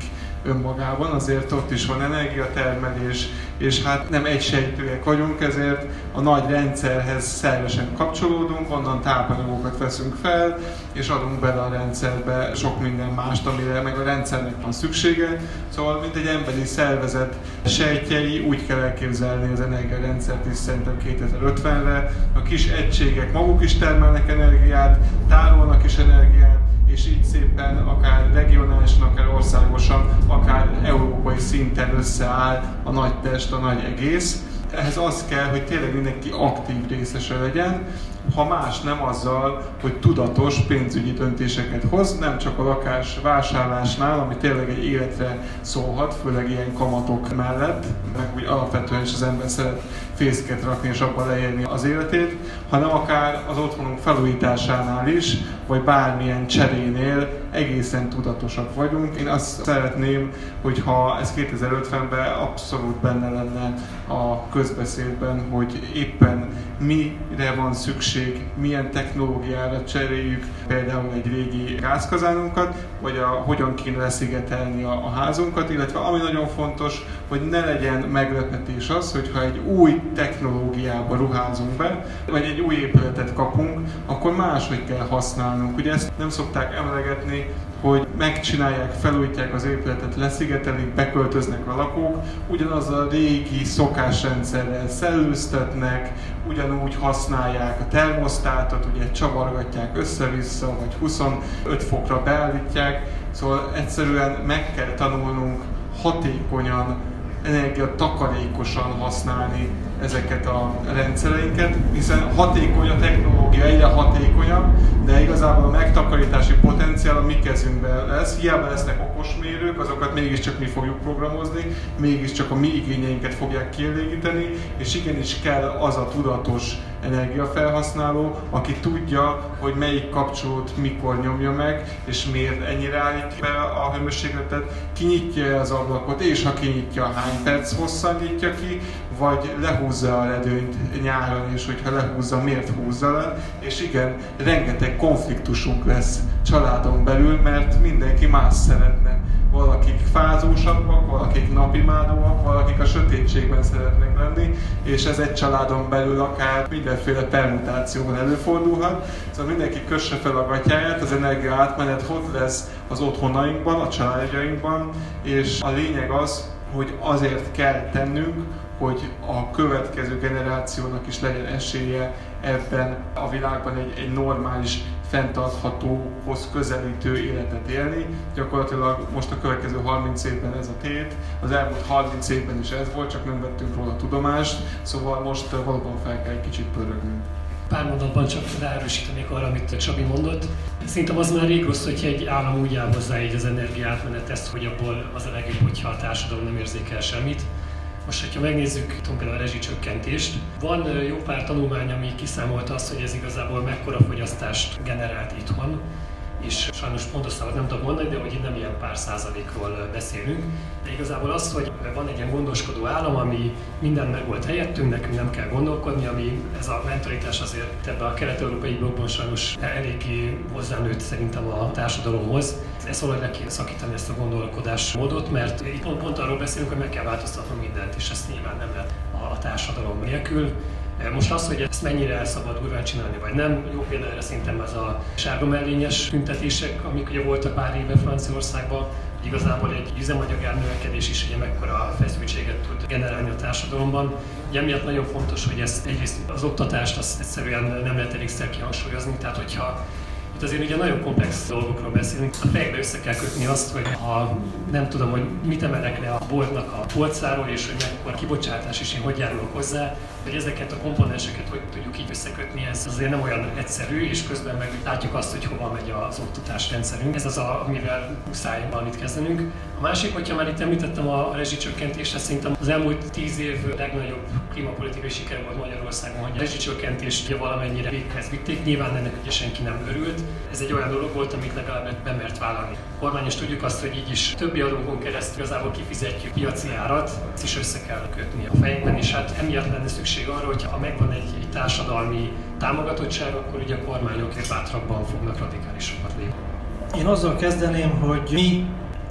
önmagában, azért ott is van energiatermelés, és hát nem egysejtőek vagyunk, ezért a nagy rendszerhez szervesen kapcsolódunk, onnan tápanyagokat veszünk fel, és adunk bele a rendszerbe sok minden mást, amire meg a rendszernek van szüksége. Szóval, mint egy emberi szervezet sejtjei, úgy kell elképzelni az energiarendszert is szerintem kétezer-ötvenre. A kis egységek maguk is termelnek energiát, tárolnak is energiát, és így szépen akár regionálisan, akár országosan, akár európai szinten összeáll a nagy test, a nagy egész. Ehhez az kell, hogy tényleg mindenki aktív részese legyen, ha más nem azzal, hogy tudatos pénzügyi döntéseket hoz, nem csak a lakás vásárlásnál, ami tényleg egy életre szólhat, főleg ilyen kamatok mellett, meg úgy alapvetően is az ember szeret fészket rakni és abban leélni az életét, hanem akár az otthonunk felújításánál is, vagy bármilyen cserénél egészen tudatosak vagyunk. Én azt szeretném, hogyha ez kétezer-ötvenben abszolút benne lenne a közbeszédben, hogy éppen mire van szükség, milyen technológiára cseréljük például egy régi gázkazánunkat, vagy a, hogyan kéne leszigetelni a, a házunkat, illetve ami nagyon fontos, hogy ne legyen meglepetés az, hogyha egy új technológiába ruházunk be, vagy egy új épületet kapunk, akkor máshogy kell használnunk. Ugye ezt nem szokták emlegetni, hogy megcsinálják, felújítják az épületet, leszigetelik, beköltöznek a lakók, ugyanaz a régi szokásrendszerrel szellőztetnek, ugyanúgy használják a termosztátot, ugye csavargatják össze-vissza, vagy huszonöt fokra beállítják, szóval egyszerűen meg kell tanulnunk hatékonyan, energiatakarékosan használni ezeket a rendszereinket, hiszen hatékony a technológia, egyre hatékonyabb, de igazából a megtakarítási potenciál a mi kezünkben lesz. Hiába lesznek okosmérők, azokat mégiscsak mi fogjuk programozni, mégiscsak a mi igényeinket fogják kielégíteni, és igenis kell az a tudatos energiafelhasználó, aki tudja, hogy melyik kapcsolót mikor nyomja meg, és miért ennyire állítja be a hőmérsékletet, kinyitja az ablakot, és ha kinyitja, hány perc hosszan nyitja ki, vagy lehúzza a redőnyt nyáron, és hogyha lehúzza, miért húzza le. És igen, rengeteg konfliktusunk lesz családon belül, mert mindenki más szeretne. Valakik fázósabbak, valakik napimádóak, valakik a sötétségben szeretnek lenni, és ez egy családon belül akár mindenféle permutációban előfordulhat. Szóval mindenki kösse fel a gatyáját, az energia átmenet ott lesz az otthonainkban, a családjainkban, és a lényeg az, hogy azért kell tennünk, hogy a következő generációnak is legyen esélye ebben a világban egy, egy normális, fenntarthatóhoz közelítő életet élni. Gyakorlatilag most a következő harminc évben ez a tét, az elmúlt harminc évben is ez volt, csak nem vettünk róla tudomást, szóval most valóban fel kell egy kicsit pörögnünk. Pár mondatban csak ráerősítenék arra, amit Csabi mondott. Szerintem az már rég rossz, hogyha egy állam úgy áll hozzá így az energiaátmenet ezt, hogy abból az a legjobb, hogyha a társadalom nem érzékel semmit. Most, hogyha megnézzük például a rezsicsökkentést, van jó pár tanulmány, ami kiszámolta azt, hogy ez igazából mekkora fogyasztást generált itthon, és sajnos pontos számot nem tudok mondani, de hogy itt nem ilyen pár százalékról beszélünk. De igazából az, hogy van egy ilyen gondoskodó állam, ami minden megold helyettünk, nekünk nem kell gondolkodni, ami ez a mentalitás azért ebben a kelet-európai blokkban sajnos eléggé hozzánőtt szerintem a társadalomhoz. Ez valahogy le kéne szakítani ezt a gondolkodásmódot, mert itt pont, pont arról beszélünk, hogy meg kell változtatnunk mindent, és ezt nyilván nem lehet a társadalom nélkül. Most az, hogy ezt mennyire el szabad durván csinálni, vagy nem, jó például erre szerintem ez a sárga mellényes tüntetések, amik ugye voltak pár éve Franciaországban, igazából egy üzemanyagár növekedés is ugye mekkora feszültséget tud generálni a társadalomban. Ugye emiatt nagyon fontos, hogy ezt egyrészt az oktatást azt egyszerűen nem lehet elégszer kihangsúlyozni, tehát hogyha itt azért ugye nagyon komplex dolgokról beszélünk. A fejekbe össze kell kötni azt, hogy ha nem tudom, hogy mit emelek le a boltnak a polcáról, és hogy mekkora kibocsátás is én hogy járulok hozzá, hogy ezeket a komponenseket hogy tudjuk így összekötni, ez azért nem olyan egyszerű, és közben meg látjuk azt, hogy hova megy az oktatás rendszerünk. Ez az, a, amivel muszáj valamit kezdenünk. A másik, hogyha már itt említettem a rezsicsökkentést, szerintem az elmúlt tíz év legnagyobb klímapolitikai siker volt Magyarországon, hogy a rezsicsökkentést ugye valamennyire véghez vitték, nyilván ennek ugye senki nem örült. Ez egy olyan dolog volt, amit legalább bemert vállalni. A kormány is tudjuk azt, hogy így is többi adónkon keresztül igazából kifizetjük piaci árat, ezt is össze kell kötni a fejekben, és hát emiatt lenne szükség arra, hogy ha megvan egy, egy társadalmi támogatottság, akkor ugye a kormányok bátrabban fognak radikálisabbat lépni. Én azzal kezdeném, hogy mi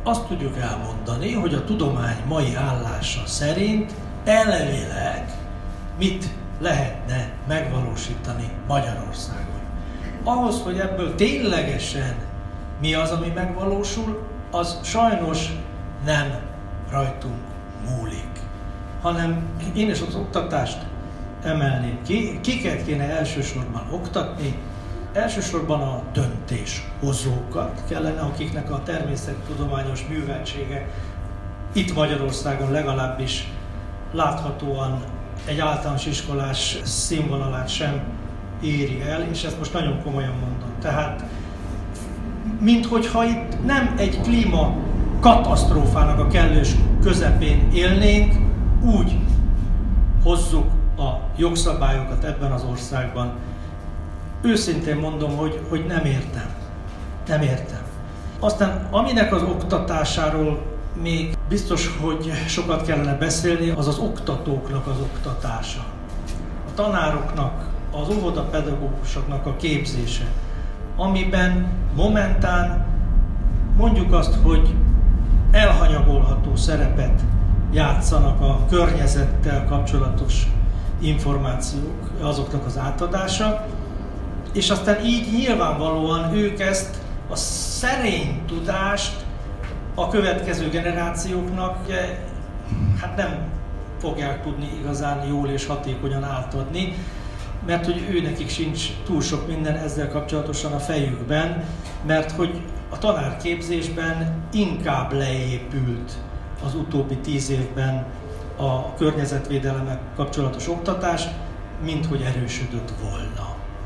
azt tudjuk elmondani, hogy a tudomány mai állása szerint elvileg mit lehetne megvalósítani Magyarországon. Ahhoz, hogy ebből ténylegesen mi az, ami megvalósul, az sajnos nem rajtunk múlik, hanem én is az oktatást emelném ki. Kiket kéne elsősorban oktatni? Elsősorban a döntéshozókat kellene, akiknek a természettudományos műveltsége itt Magyarországon legalábbis láthatóan egy általános iskolás színvonalát sem éri el, és ezt most nagyon komolyan mondom. Tehát, minthogyha itt nem egy klíma katasztrófának a kellős közepén élnénk, úgy hozzuk a jogszabályokat ebben az országban. Őszintén mondom, hogy, hogy nem értem. Nem értem. Aztán aminek az oktatásáról még biztos, hogy sokat kellene beszélni, az az oktatóknak az oktatása. A tanároknak, az óvodapedagógusoknak a képzése, amiben momentán mondjuk azt, hogy elhanyagolható szerepet játszanak a környezettel kapcsolatos információk, azoknak az átadása, és aztán így nyilvánvalóan ők ezt a szerény tudást a következő generációknak hát nem fogják tudni igazán jól és hatékonyan átadni, mert hogy őnekik sincs túl sok minden ezzel kapcsolatosan a fejükben, mert hogy a tanárképzésben inkább leépült az utóbbi tíz évben a környezetvédelemmel kapcsolatos oktatás, mint hogy erősödött volna.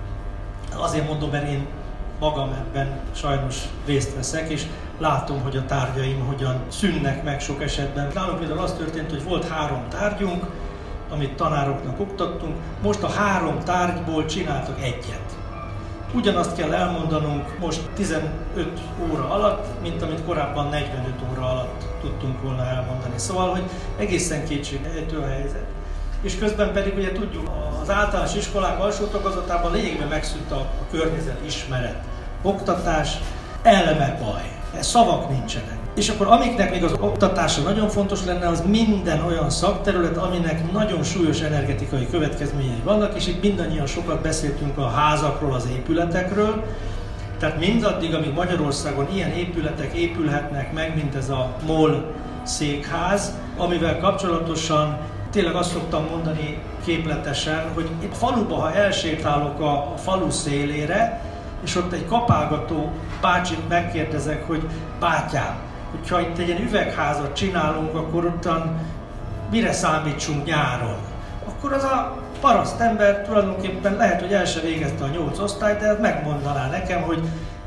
Azért mondom, mert én magam ebben sajnos részt veszek, és látom, hogy a tárgyaim hogyan szűnnek meg sok esetben. Nálunk például az történt, hogy volt három tárgyunk, amit tanároknak oktattunk, most a három tárgyból csináltak egyet. Ugyanazt kell elmondanunk most tizenöt óra alatt, mint amit korábban negyvenöt óra alatt tudtunk volna elmondani. Szóval, hogy egészen kétségbeejtő a helyzet. És közben pedig ugye tudjuk, az általános iskolák alsó tagozatában lényegében megszűnt a, a környezetismeret. Oktatás, elme baj. Szavak nincsenek. És akkor amiknek még az oktatása nagyon fontos lenne, az minden olyan szakterület, aminek nagyon súlyos energetikai következményei vannak, és itt mindannyian sokat beszéltünk a házakról, az épületekről. Tehát mindaddig, amíg Magyarországon ilyen épületek épülhetnek meg, mint ez a MOL székház, amivel kapcsolatosan tényleg azt szoktam mondani képletesen, hogy itt a faluba, ha elsétálok a, a falu szélére, és ott egy kapálgató bácsit megkérdezek, hogy bátyám, hogyha itt egy ilyen üvegházat csinálunk, akkor ottan mire számítsunk nyáron? Akkor az a parasztember tulajdonképpen lehet, hogy el se végezte a nyolc osztályt, de megmondaná nekem, hogy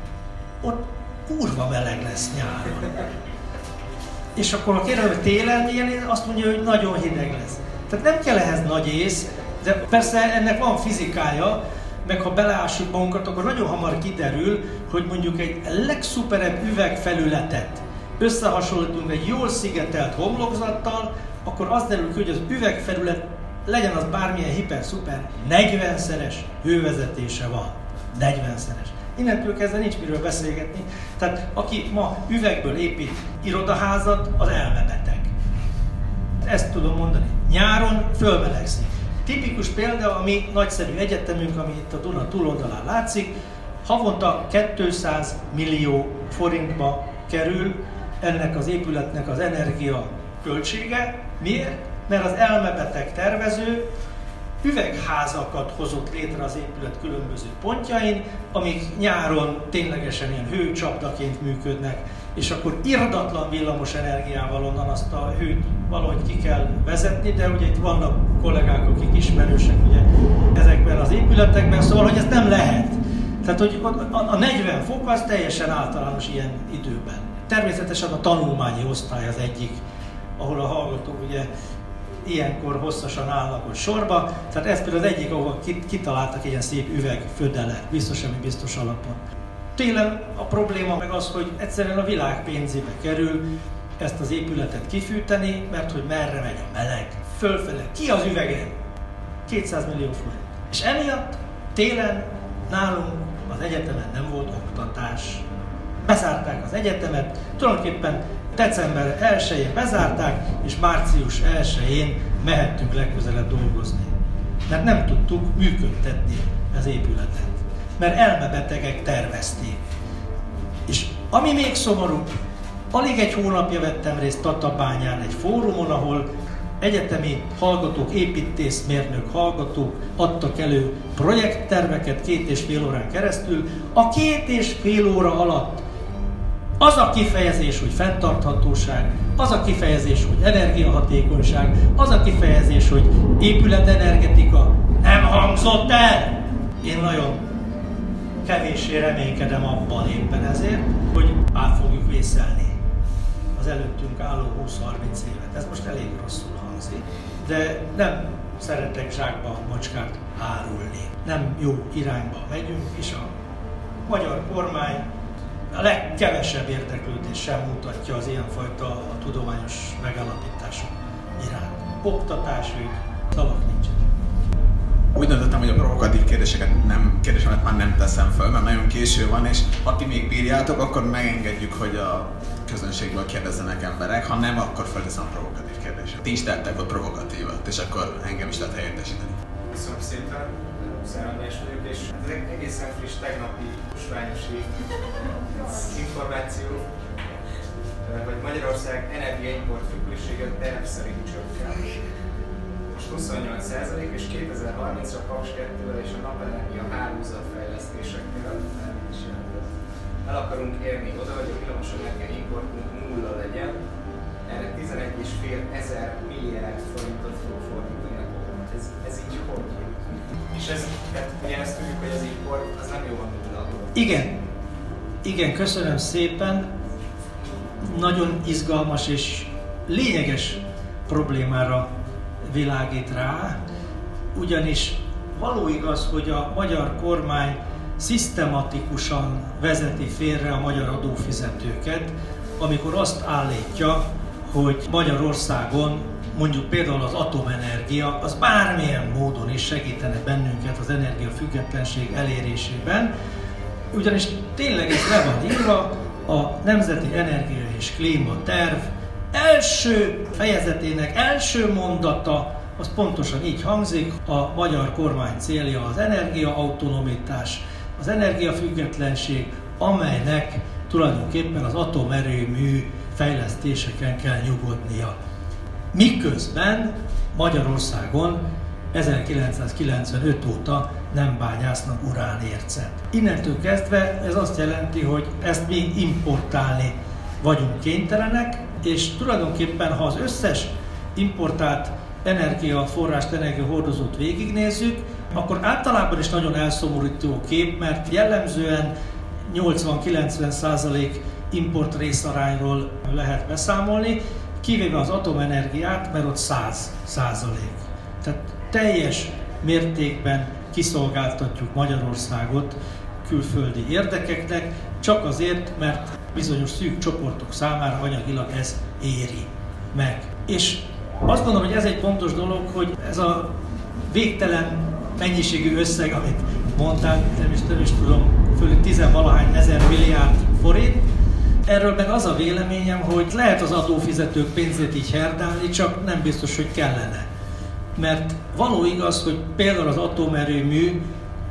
ott kurva meleg lesz nyáron. És akkor ha kérdezem, hogy télen milyen, azt mondja, hogy nagyon hideg lesz. Tehát nem kell ehhez nagy ész, de persze ennek van fizikája, meg ha beleássuk magunkat, akkor nagyon hamar kiderül, hogy mondjuk egy legszuperebb üvegfelületet összehasonlítunk egy jól szigetelt homlokzattal, akkor az derül ki, hogy az üvegfelület, legyen az bármilyen hiper-szuper, negyvenszeres hővezetése van. negyvenszeres. Innentől kezdve nincs miről beszélgetni. Tehát aki ma üvegből épít irodaházat, az elmebeteg. Ezt tudom mondani. Nyáron fölmelegszik. Tipikus példa, a mi nagyszerű egyetemünk, ami itt a Duna túloldalán látszik, havonta kétszáz millió forintba kerül ennek az épületnek az energia költsége. Miért? Mert az elmebeteg tervező üvegházakat hozott létre az épület különböző pontjain, amik nyáron ténylegesen ilyen hőcsapdaként működnek, és akkor irdatlan villamos energiával onnan azt a hőt valahogy ki kell vezetni, de ugye itt vannak kollégák, akik ismerősek ugye ezekben az épületekben, szóval, hogy ez nem lehet. Tehát, hogy a negyven fok az teljesen általános ilyen időben. Természetesen a tanulmányi osztály az egyik, ahol a hallgatók ugye ilyenkor hosszasan állnak ott sorba. Tehát ez például az egyik, ahol kitaláltak egy ilyen szép üvegfödelet, biztos, ami biztos alapon. Télen a probléma meg az, hogy egyszerűen a világ pénzébe kerül ezt az épületet kifűteni, mert hogy merre megy a meleg, fölfele. Ki az üvegen? kétszáz millió forint. És emiatt télen nálunk az egyetemen nem volt oktatás. bezárták az egyetemet, tulajdonképpen december elsején bezárták, és március elsején mehettünk legközelebb dolgozni. Mert nem tudtuk működtetni az épületet, mert elmebetegek tervezték. És ami még szomorú, alig egy hónapja vettem részt Tatabányán egy fórumon, ahol egyetemi hallgatók, építészmérnök hallgatók adtak elő projektterveket két és fél órán keresztül. A két és fél óra alatt az a kifejezés, hogy fenntarthatóság, az a kifejezés, hogy energiahatékonyság, az a kifejezés, hogy épületenergetika nem hangzott el. Én nagyon kevéssé reménykedem abban éppen ezért, hogy át fogjuk vészelni az előttünk álló húsz-harminc évet. Ez most elég rosszul hangzik, de nem szeretek zsákba macskát árulni. Nem jó irányba megyünk, és a magyar kormány a legkevesebb érdeklődést sem mutatja az ilyenfajta a tudományos megállapítások iránt. Oktatásügy, szavak nincsen. Úgy döntöttem, hogy a provokatív kérdéseket nem, kérdésemet már nem teszem föl, mert nagyon késő van, és ha ti még bírjátok, akkor megengedjük, hogy a közönségből kérdezzenek emberek, ha nem, akkor felteszem a provokatív kérdéset. Ti is tettek a provokatívat, és akkor engem is lehet helyettesíteni. Köszönöm szépen, Szerelmés vagyok, és ez egy egészen friss, tegnapi tusványos információ, hogy Magyarország energiaimport függősége terv szerint csökken. Most huszonnyolc százalék, és kétezer-harmincra Paks kettővel és a napenergia hálózatfejlesztésekkel el akarunk érni oda, hogy a villamosenergia importunk nulla legyen. Erre tizenegy és fél ezer milliárd forintot fog fordítani a kormány. Ez, ez így hogy? És ez, tehát ugye ezt tudjuk, hogy az import az nem jó van nulla. Igen. Igen, köszönöm szépen. Nagyon izgalmas és lényeges problémára világít rá, ugyanis való igaz, hogy a magyar kormány szisztematikusan vezeti félre a magyar adófizetőket, amikor azt állítja, hogy Magyarországon mondjuk például az atomenergia, az bármilyen módon is segítene bennünket az energiafüggetlenség elérésében, ugyanis tényleg ez le van írva, a Nemzeti Energia és Klíma Terv első fejezetének első mondata, az pontosan így hangzik, a magyar kormány célja az energiaautonomitás, az energiafüggetlenség, amelynek tulajdonképpen az atomerőmű fejlesztéseken kell nyugodnia. Miközben Magyarországon ezerkilencszázkilencvenöt óta nem bányásznak uránércet. Innentől kezdve ez azt jelenti, hogy ezt mi importálni vagyunk kénytelenek, és tulajdonképpen, ha az összes importált energiaforrást, energiahordozót végignézzük, akkor általában is nagyon elszomorító kép, mert jellemzően nyolcvan-kilencven százalék import részarányról lehet beszámolni, kivéve az atomenergiát, mert ott száz százalék. Tehát teljes mértékben kiszolgáltatjuk Magyarországot külföldi érdekeknek, csak azért, mert bizonyos szűk csoportok számára anyagilag ez éri meg. És azt gondolom, hogy ez egy fontos dolog, hogy ez a végtelen mennyiségű összeg, amit mondtál, nem is, nem is tudom, főleg tizenvalahány ezer milliárd forint, erről meg az a véleményem, hogy lehet az adófizetők pénzét így herdálni, csak nem biztos, hogy kellene. Mert való igaz, hogy például az atomerőmű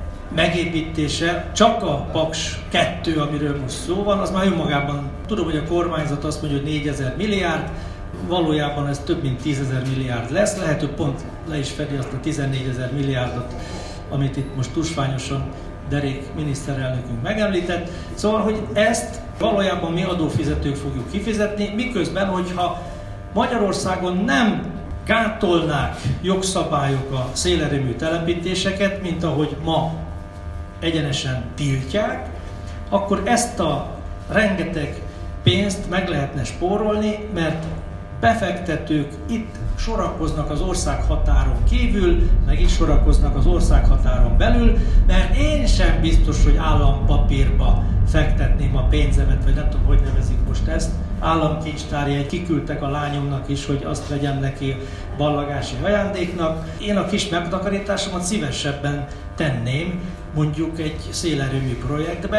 megépítése, csak a Paks kettő, amiről most szó van, az már önmagában, tudom, hogy a kormányzat azt mondja, hogy négyezer milliárd, valójában ez több mint tízezer milliárd lesz, lehet, hogy pont le is fedi azt a tizennégyezer milliárdot, amit itt most tusványosan Derék miniszterelnökünk megemlített. Szóval, hogy ezt valójában mi adófizetők fogjuk kifizetni, miközben, hogyha Magyarországon nem gátolnák jogszabályok a szélerőmű telepítéseket, mint ahogy ma egyenesen tiltják, akkor ezt a rengeteg pénzt meg lehetne spórolni, mert befektetők itt sorakoznak az országhatáron kívül, meg itt sorakoznak az országhatáron belül, mert én sem biztos, hogy állampapírba fektetném a pénzemet, vagy nem tudom, hogy nevezik most ezt. Államkincstárjegyet kiküldtek a lányomnak is, hogy azt vegyem neki ballagási ajándéknak. Én a kis megtakarításomat szívesebben tenném mondjuk egy szélerőmű projektbe,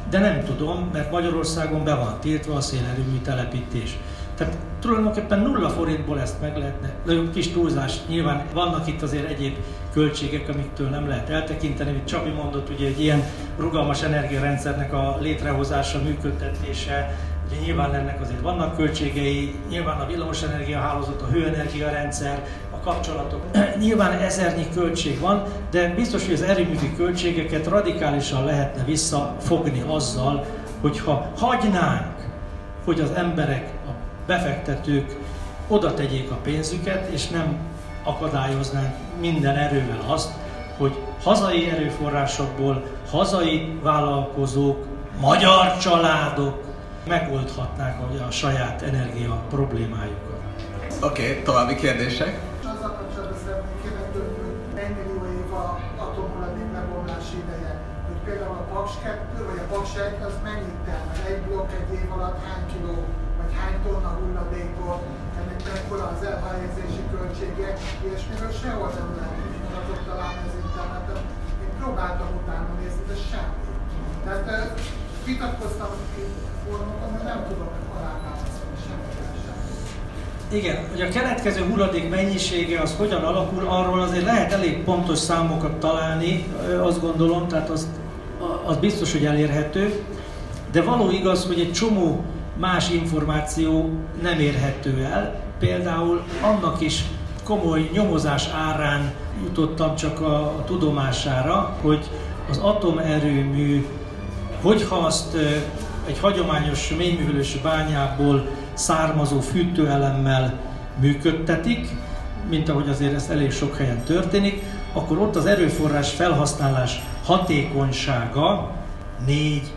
de nem tudom, mert Magyarországon be van tiltva a szélerőmű telepítés. Tehát tulajdonképpen nulla forintból ezt meg lehetne, nagyon kis túlzás, nyilván vannak itt azért egyéb költségek, amiktől nem lehet eltekinteni, amit Csabi mondott, ugye egy ilyen rugalmas energiarendszernek a létrehozása, működtetése, ugye nyilván ennek azért vannak költségei, nyilván a villamosenergia hálózat, a hőenergiarendszer, a kapcsolatok, nyilván ezernyi költség van, de biztos, hogy az erőművi költségeket radikálisan lehetne visszafogni azzal, hogyha hagynánk, hogy az emberek, a befektetők oda tegyék a pénzüket, és nem akadályoznánk minden erővel azt, hogy hazai erőforrásokból hazai vállalkozók, magyar családok megoldhatnák a saját energia problémájukat. Oké, okay, további kérdések? Azzal kapcsolatban szeretnék kérdezni, hogy egy millió év a atomhulladék lebomlás ideje. Hogy például a Paks kettő vagy a Paks egy az mennyit termel? Egy blokk egy év alatt hány kiló vagy hány tonna hulladékot, ennek mekkora az elhelyezési költségek, ilyesmiről sehol nem lehet adatot találni az interneten. Én próbáltam utána nézni, de semmi. Tehát vitatkoztam fórumokon, de nem tudok aláválaszolni semmivel sem. Igen, hogy a keletkező hulladék mennyisége az hogyan alakul, arról azért lehet elég pontos számokat találni, azt gondolom, tehát az, az biztos, hogy elérhető, de való igaz, hogy egy csomó más információ nem érhető el. Például annak is komoly nyomozás árán jutottam csak a, a tudomására, hogy az atomerőmű, hogyha azt egy hagyományos mélyművelésű bányából származó fűtőelemmel működtetik, mint ahogy azért ez elég sok helyen történik, akkor ott az erőforrás felhasználás hatékonysága négy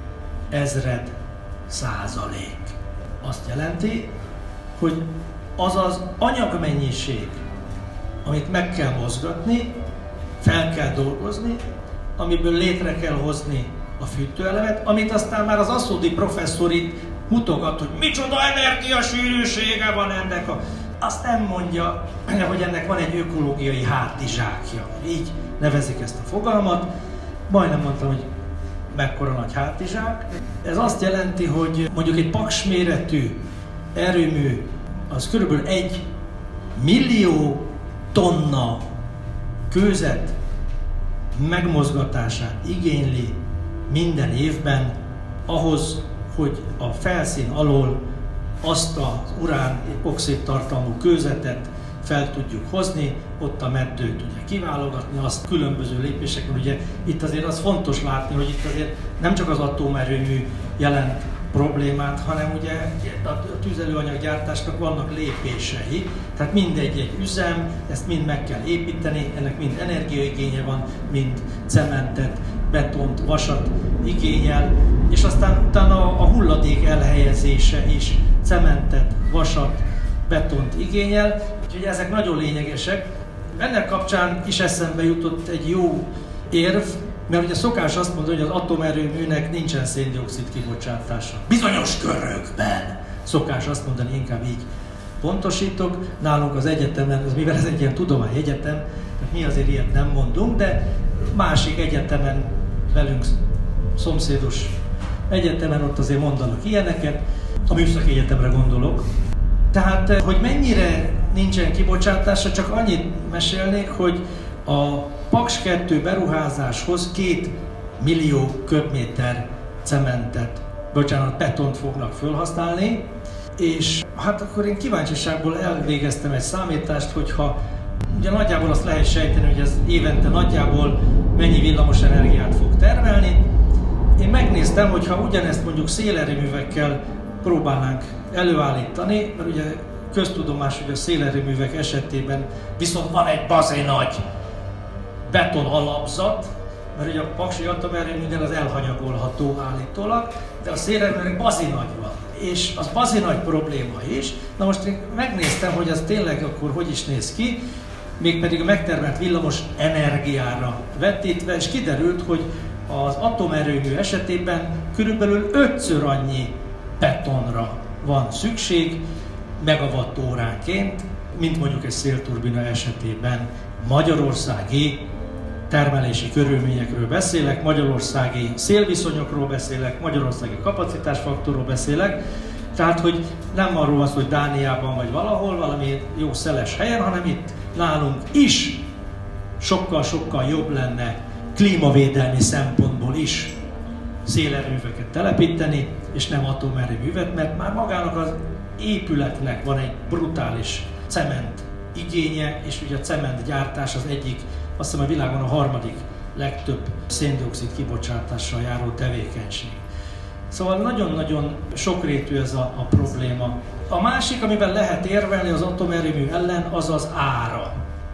ezred százalék. Azt jelenti, hogy az az anyagmennyiség, amit meg kell mozgatni, fel kell dolgozni, amiből létre kell hozni a fűtőelemet, amit aztán már az Aszódi professzor itt mutogat, hogy micsoda energiasűrűsége van ennek a... Azt nem mondja, hogy ennek van egy ökológiai hátizsákja. Így nevezik ezt a fogalmat. Majdnem mondtam, hogy mekkora nagy hátizsák. Ez azt jelenti, hogy mondjuk egy Paks méretű erőmű az körülbelül egy millió tonna kőzet megmozgatását igényli minden évben ahhoz, hogy a felszín alól azt az urán-oxid tartalmú kőzetet fel tudjuk hozni, ott a meddőt ugye kiválogatni, azt különböző lépésekben. Ugye itt azért az fontos látni, hogy itt azért nem csak az atomerőmű jelent problémát, hanem ugye a tüzelőanyaggyártásnak vannak lépései, tehát mindegy egy üzem, ezt mind meg kell építeni, ennek mind energiaigénye van, mind cementet, betont, vasat igényel, és aztán utána a hulladék elhelyezése is cementet, vasat, betont igényel, úgyhogy ezek nagyon lényegesek. Ennek kapcsán is eszembe jutott egy jó érv, mert ugye szokás azt mondani, hogy az atomerőműnek nincsen szén-dioxid kibocsátása. Bizonyos körökben szokás azt mondani, inkább így pontosítok. Nálunk az egyetemen, az mivel ez egy ilyen tudományegyetem, mi azért ilyet nem mondunk, de másik egyetemen, velünk szomszédos egyetemen ott azért mondanak ilyeneket, a Műszaki Egyetemre gondolok. Tehát, hogy mennyire nincsen kibocsátása, csak annyit mesélnék, hogy a Paks kettő beruházáshoz két millió köbméter cementet, bocsánat, betont fognak felhasználni, és hát akkor én kíváncsiságból elvégeztem egy számítást, hogyha ugye nagyjából azt lehet sejteni, hogy ez évente nagyjából mennyi villamos energiát fog termelni. Én megnéztem, hogy ha ugyanezt mondjuk szélerőművekkel próbálnánk előállítani, mert ugye köztudomás, hogy a szélerőművek esetében viszont van egy bazi nagy beton alapzat, mert ugye a paksi atomerőműnél az elhanyagolható állítólag, de a szélerőműnek bazi nagy van, és az bazi nagy probléma is. Na most én megnéztem, hogy ez tényleg akkor hogy is néz ki, mégpedig a megtermelt villamos energiára vetítve, és kiderült, hogy az atomerőmű esetében körülbelül ötször annyi betonra van szükség megawattóránként, mint mondjuk egy szélturbina esetében magyarországi termelési körülményekről beszélek, magyarországi szélviszonyokról beszélek, magyarországi kapacitásfaktorról beszélek. Tehát, hogy nem arról van szó, hogy Dániában vagy valahol, valami jó szeles helyen, hanem itt nálunk is sokkal-sokkal jobb lenne klímavédelmi szempontból is szélerőműveket telepíteni, és nem atomerőművet, mert már magának az épületnek van egy brutális cement igénye, és ugye a cementgyártás az egyik, azt hiszem a világon a harmadik legtöbb szén-dioxid kibocsátással járó tevékenység. Szóval nagyon-nagyon sokrétű ez a, a probléma. A másik, amiben lehet érvelni az atomerőmű ellen, az az ára.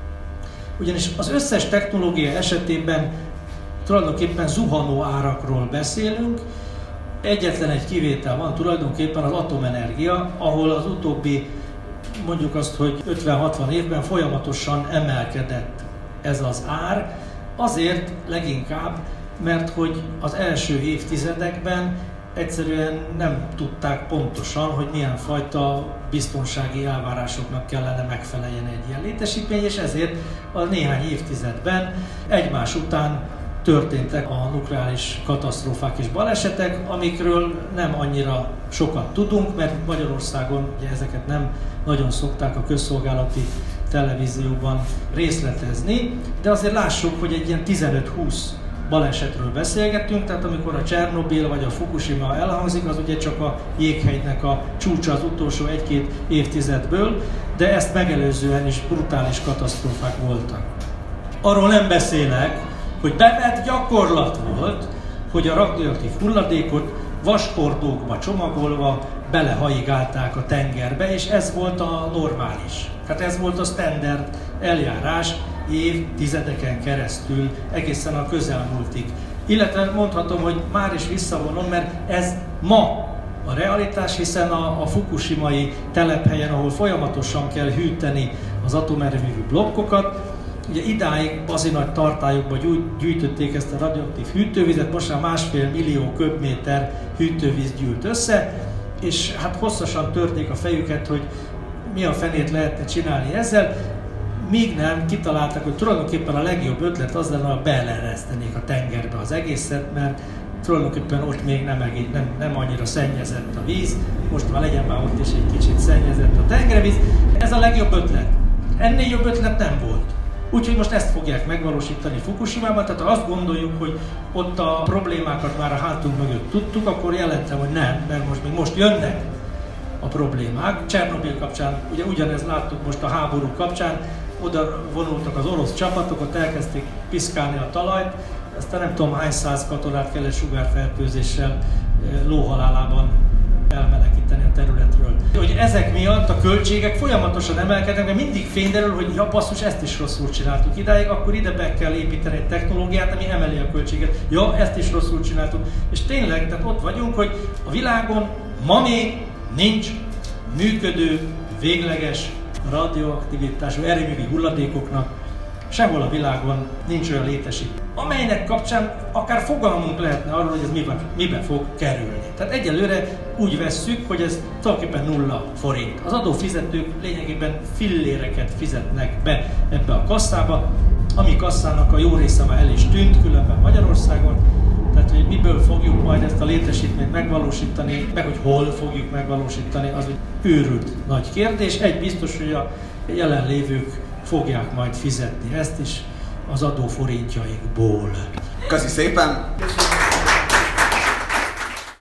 Ugyanis az összes technológia esetében tulajdonképpen zuhanó árakról beszélünk. Egyetlen egy kivétel van, tulajdonképpen az atomenergia, ahol az utóbbi, mondjuk azt, hogy ötven-hatvan évben folyamatosan emelkedett ez az ár. Azért leginkább, mert hogy az első évtizedekben egyszerűen nem tudták pontosan, hogy milyen fajta biztonsági elvárásoknak kellene megfeleljen egy ilyen létesítmény, és ezért a néhány évtizedben egymás után történtek a nukleáris katasztrófák és balesetek, amikről nem annyira sokat tudunk, mert Magyarországon ugye ezeket nem nagyon szokták a közszolgálati televízióban részletezni, de azért lássuk, hogy egy ilyen tizenöt-húsz balesetről beszélgetünk, tehát amikor a Csernobil vagy a Fukushima elhangzik, az ugye csak a jéghegynek a csúcsa az utolsó egy-két évtizedből, de ezt megelőzően is brutális katasztrófák voltak. Arról nem beszélek, hogy bevett gyakorlat volt, hogy a radioaktív hulladékot vaskordókba csomagolva belehajigálták a tengerbe, és ez volt a normális. Tehát ez volt a standard eljárás évtizedeken keresztül, egészen a közelmúltig. Illetve mondhatom, hogy már is visszavonom, mert ez ma a realitás, hiszen a, a fukushimai telephelyen, ahol folyamatosan kell hűteni az atomerőmű blokkokat, ugye idáig bazi nagy tartályokba gyűjtötték ezt a radioaktív hűtővizet, most már másfél millió köbméter hűtővíz gyűlt össze, és hát hosszasan törték a fejüket, hogy mi a fenét lehetne csinálni ezzel, míg nem kitaláltak, hogy tulajdonképpen a legjobb ötlet az lenne, ha beeleresztenék a tengerbe az egészet, mert tulajdonképpen ott még nem, nem, nem annyira szennyezett a víz, most már legyen már ott is egy kicsit szennyezett a tengervíz. Ez a legjobb ötlet. Ennél jobb ötlet nem volt. Úgyhogy most ezt fogják megvalósítani Fukushimában, tehát ha azt gondoljuk, hogy ott a problémákat már a hátunk mögött tudtuk, akkor jelentem, hogy nem, mert most még most jönnek a problémák. Csernobil kapcsán, ugye ugyanezt láttuk most a háború kapcsán, oda vonultak az orosz csapatok, ott elkezdték piszkálni a talajt, aztán nem tudom hány száz katonát kellett sugárfertőzéssel lóhalálában elmenekíteni a területről. Hogy ezek miatt a költségek folyamatosan emelkednek, mert mindig fényderül, hogy ja basszus, ezt is rosszul csináltuk idáig, akkor ide be kell építeni egy technológiát, ami emeli a költséget. Ja, ezt is rosszul csináltuk. És tényleg, tehát ott vagyunk, hogy a világon ma még nincs működő, végleges radioaktivitású erőművi hulladékoknak, sehol a világon nincs olyan létesítmény, amelynek kapcsán akár fogalmunk lehetne arról, hogy ez mibe, mibe fog kerülni. Tehát egyelőre úgy vesszük, hogy ez tulajdonképpen nulla forint. Az adófizetők lényegében filléreket fizetnek be ebbe a kasszába, ami kasszának a jó része már el is tűnt, különben Magyarországon. Tehát, hogy miből fogjuk majd ezt a létesítményt megvalósítani, meg hogy hol fogjuk megvalósítani, az egy őrült nagy kérdés. Egy biztos, hogy a jelenlévők fogják majd fizetni ezt is az adóforintjaikból. Köszi szépen!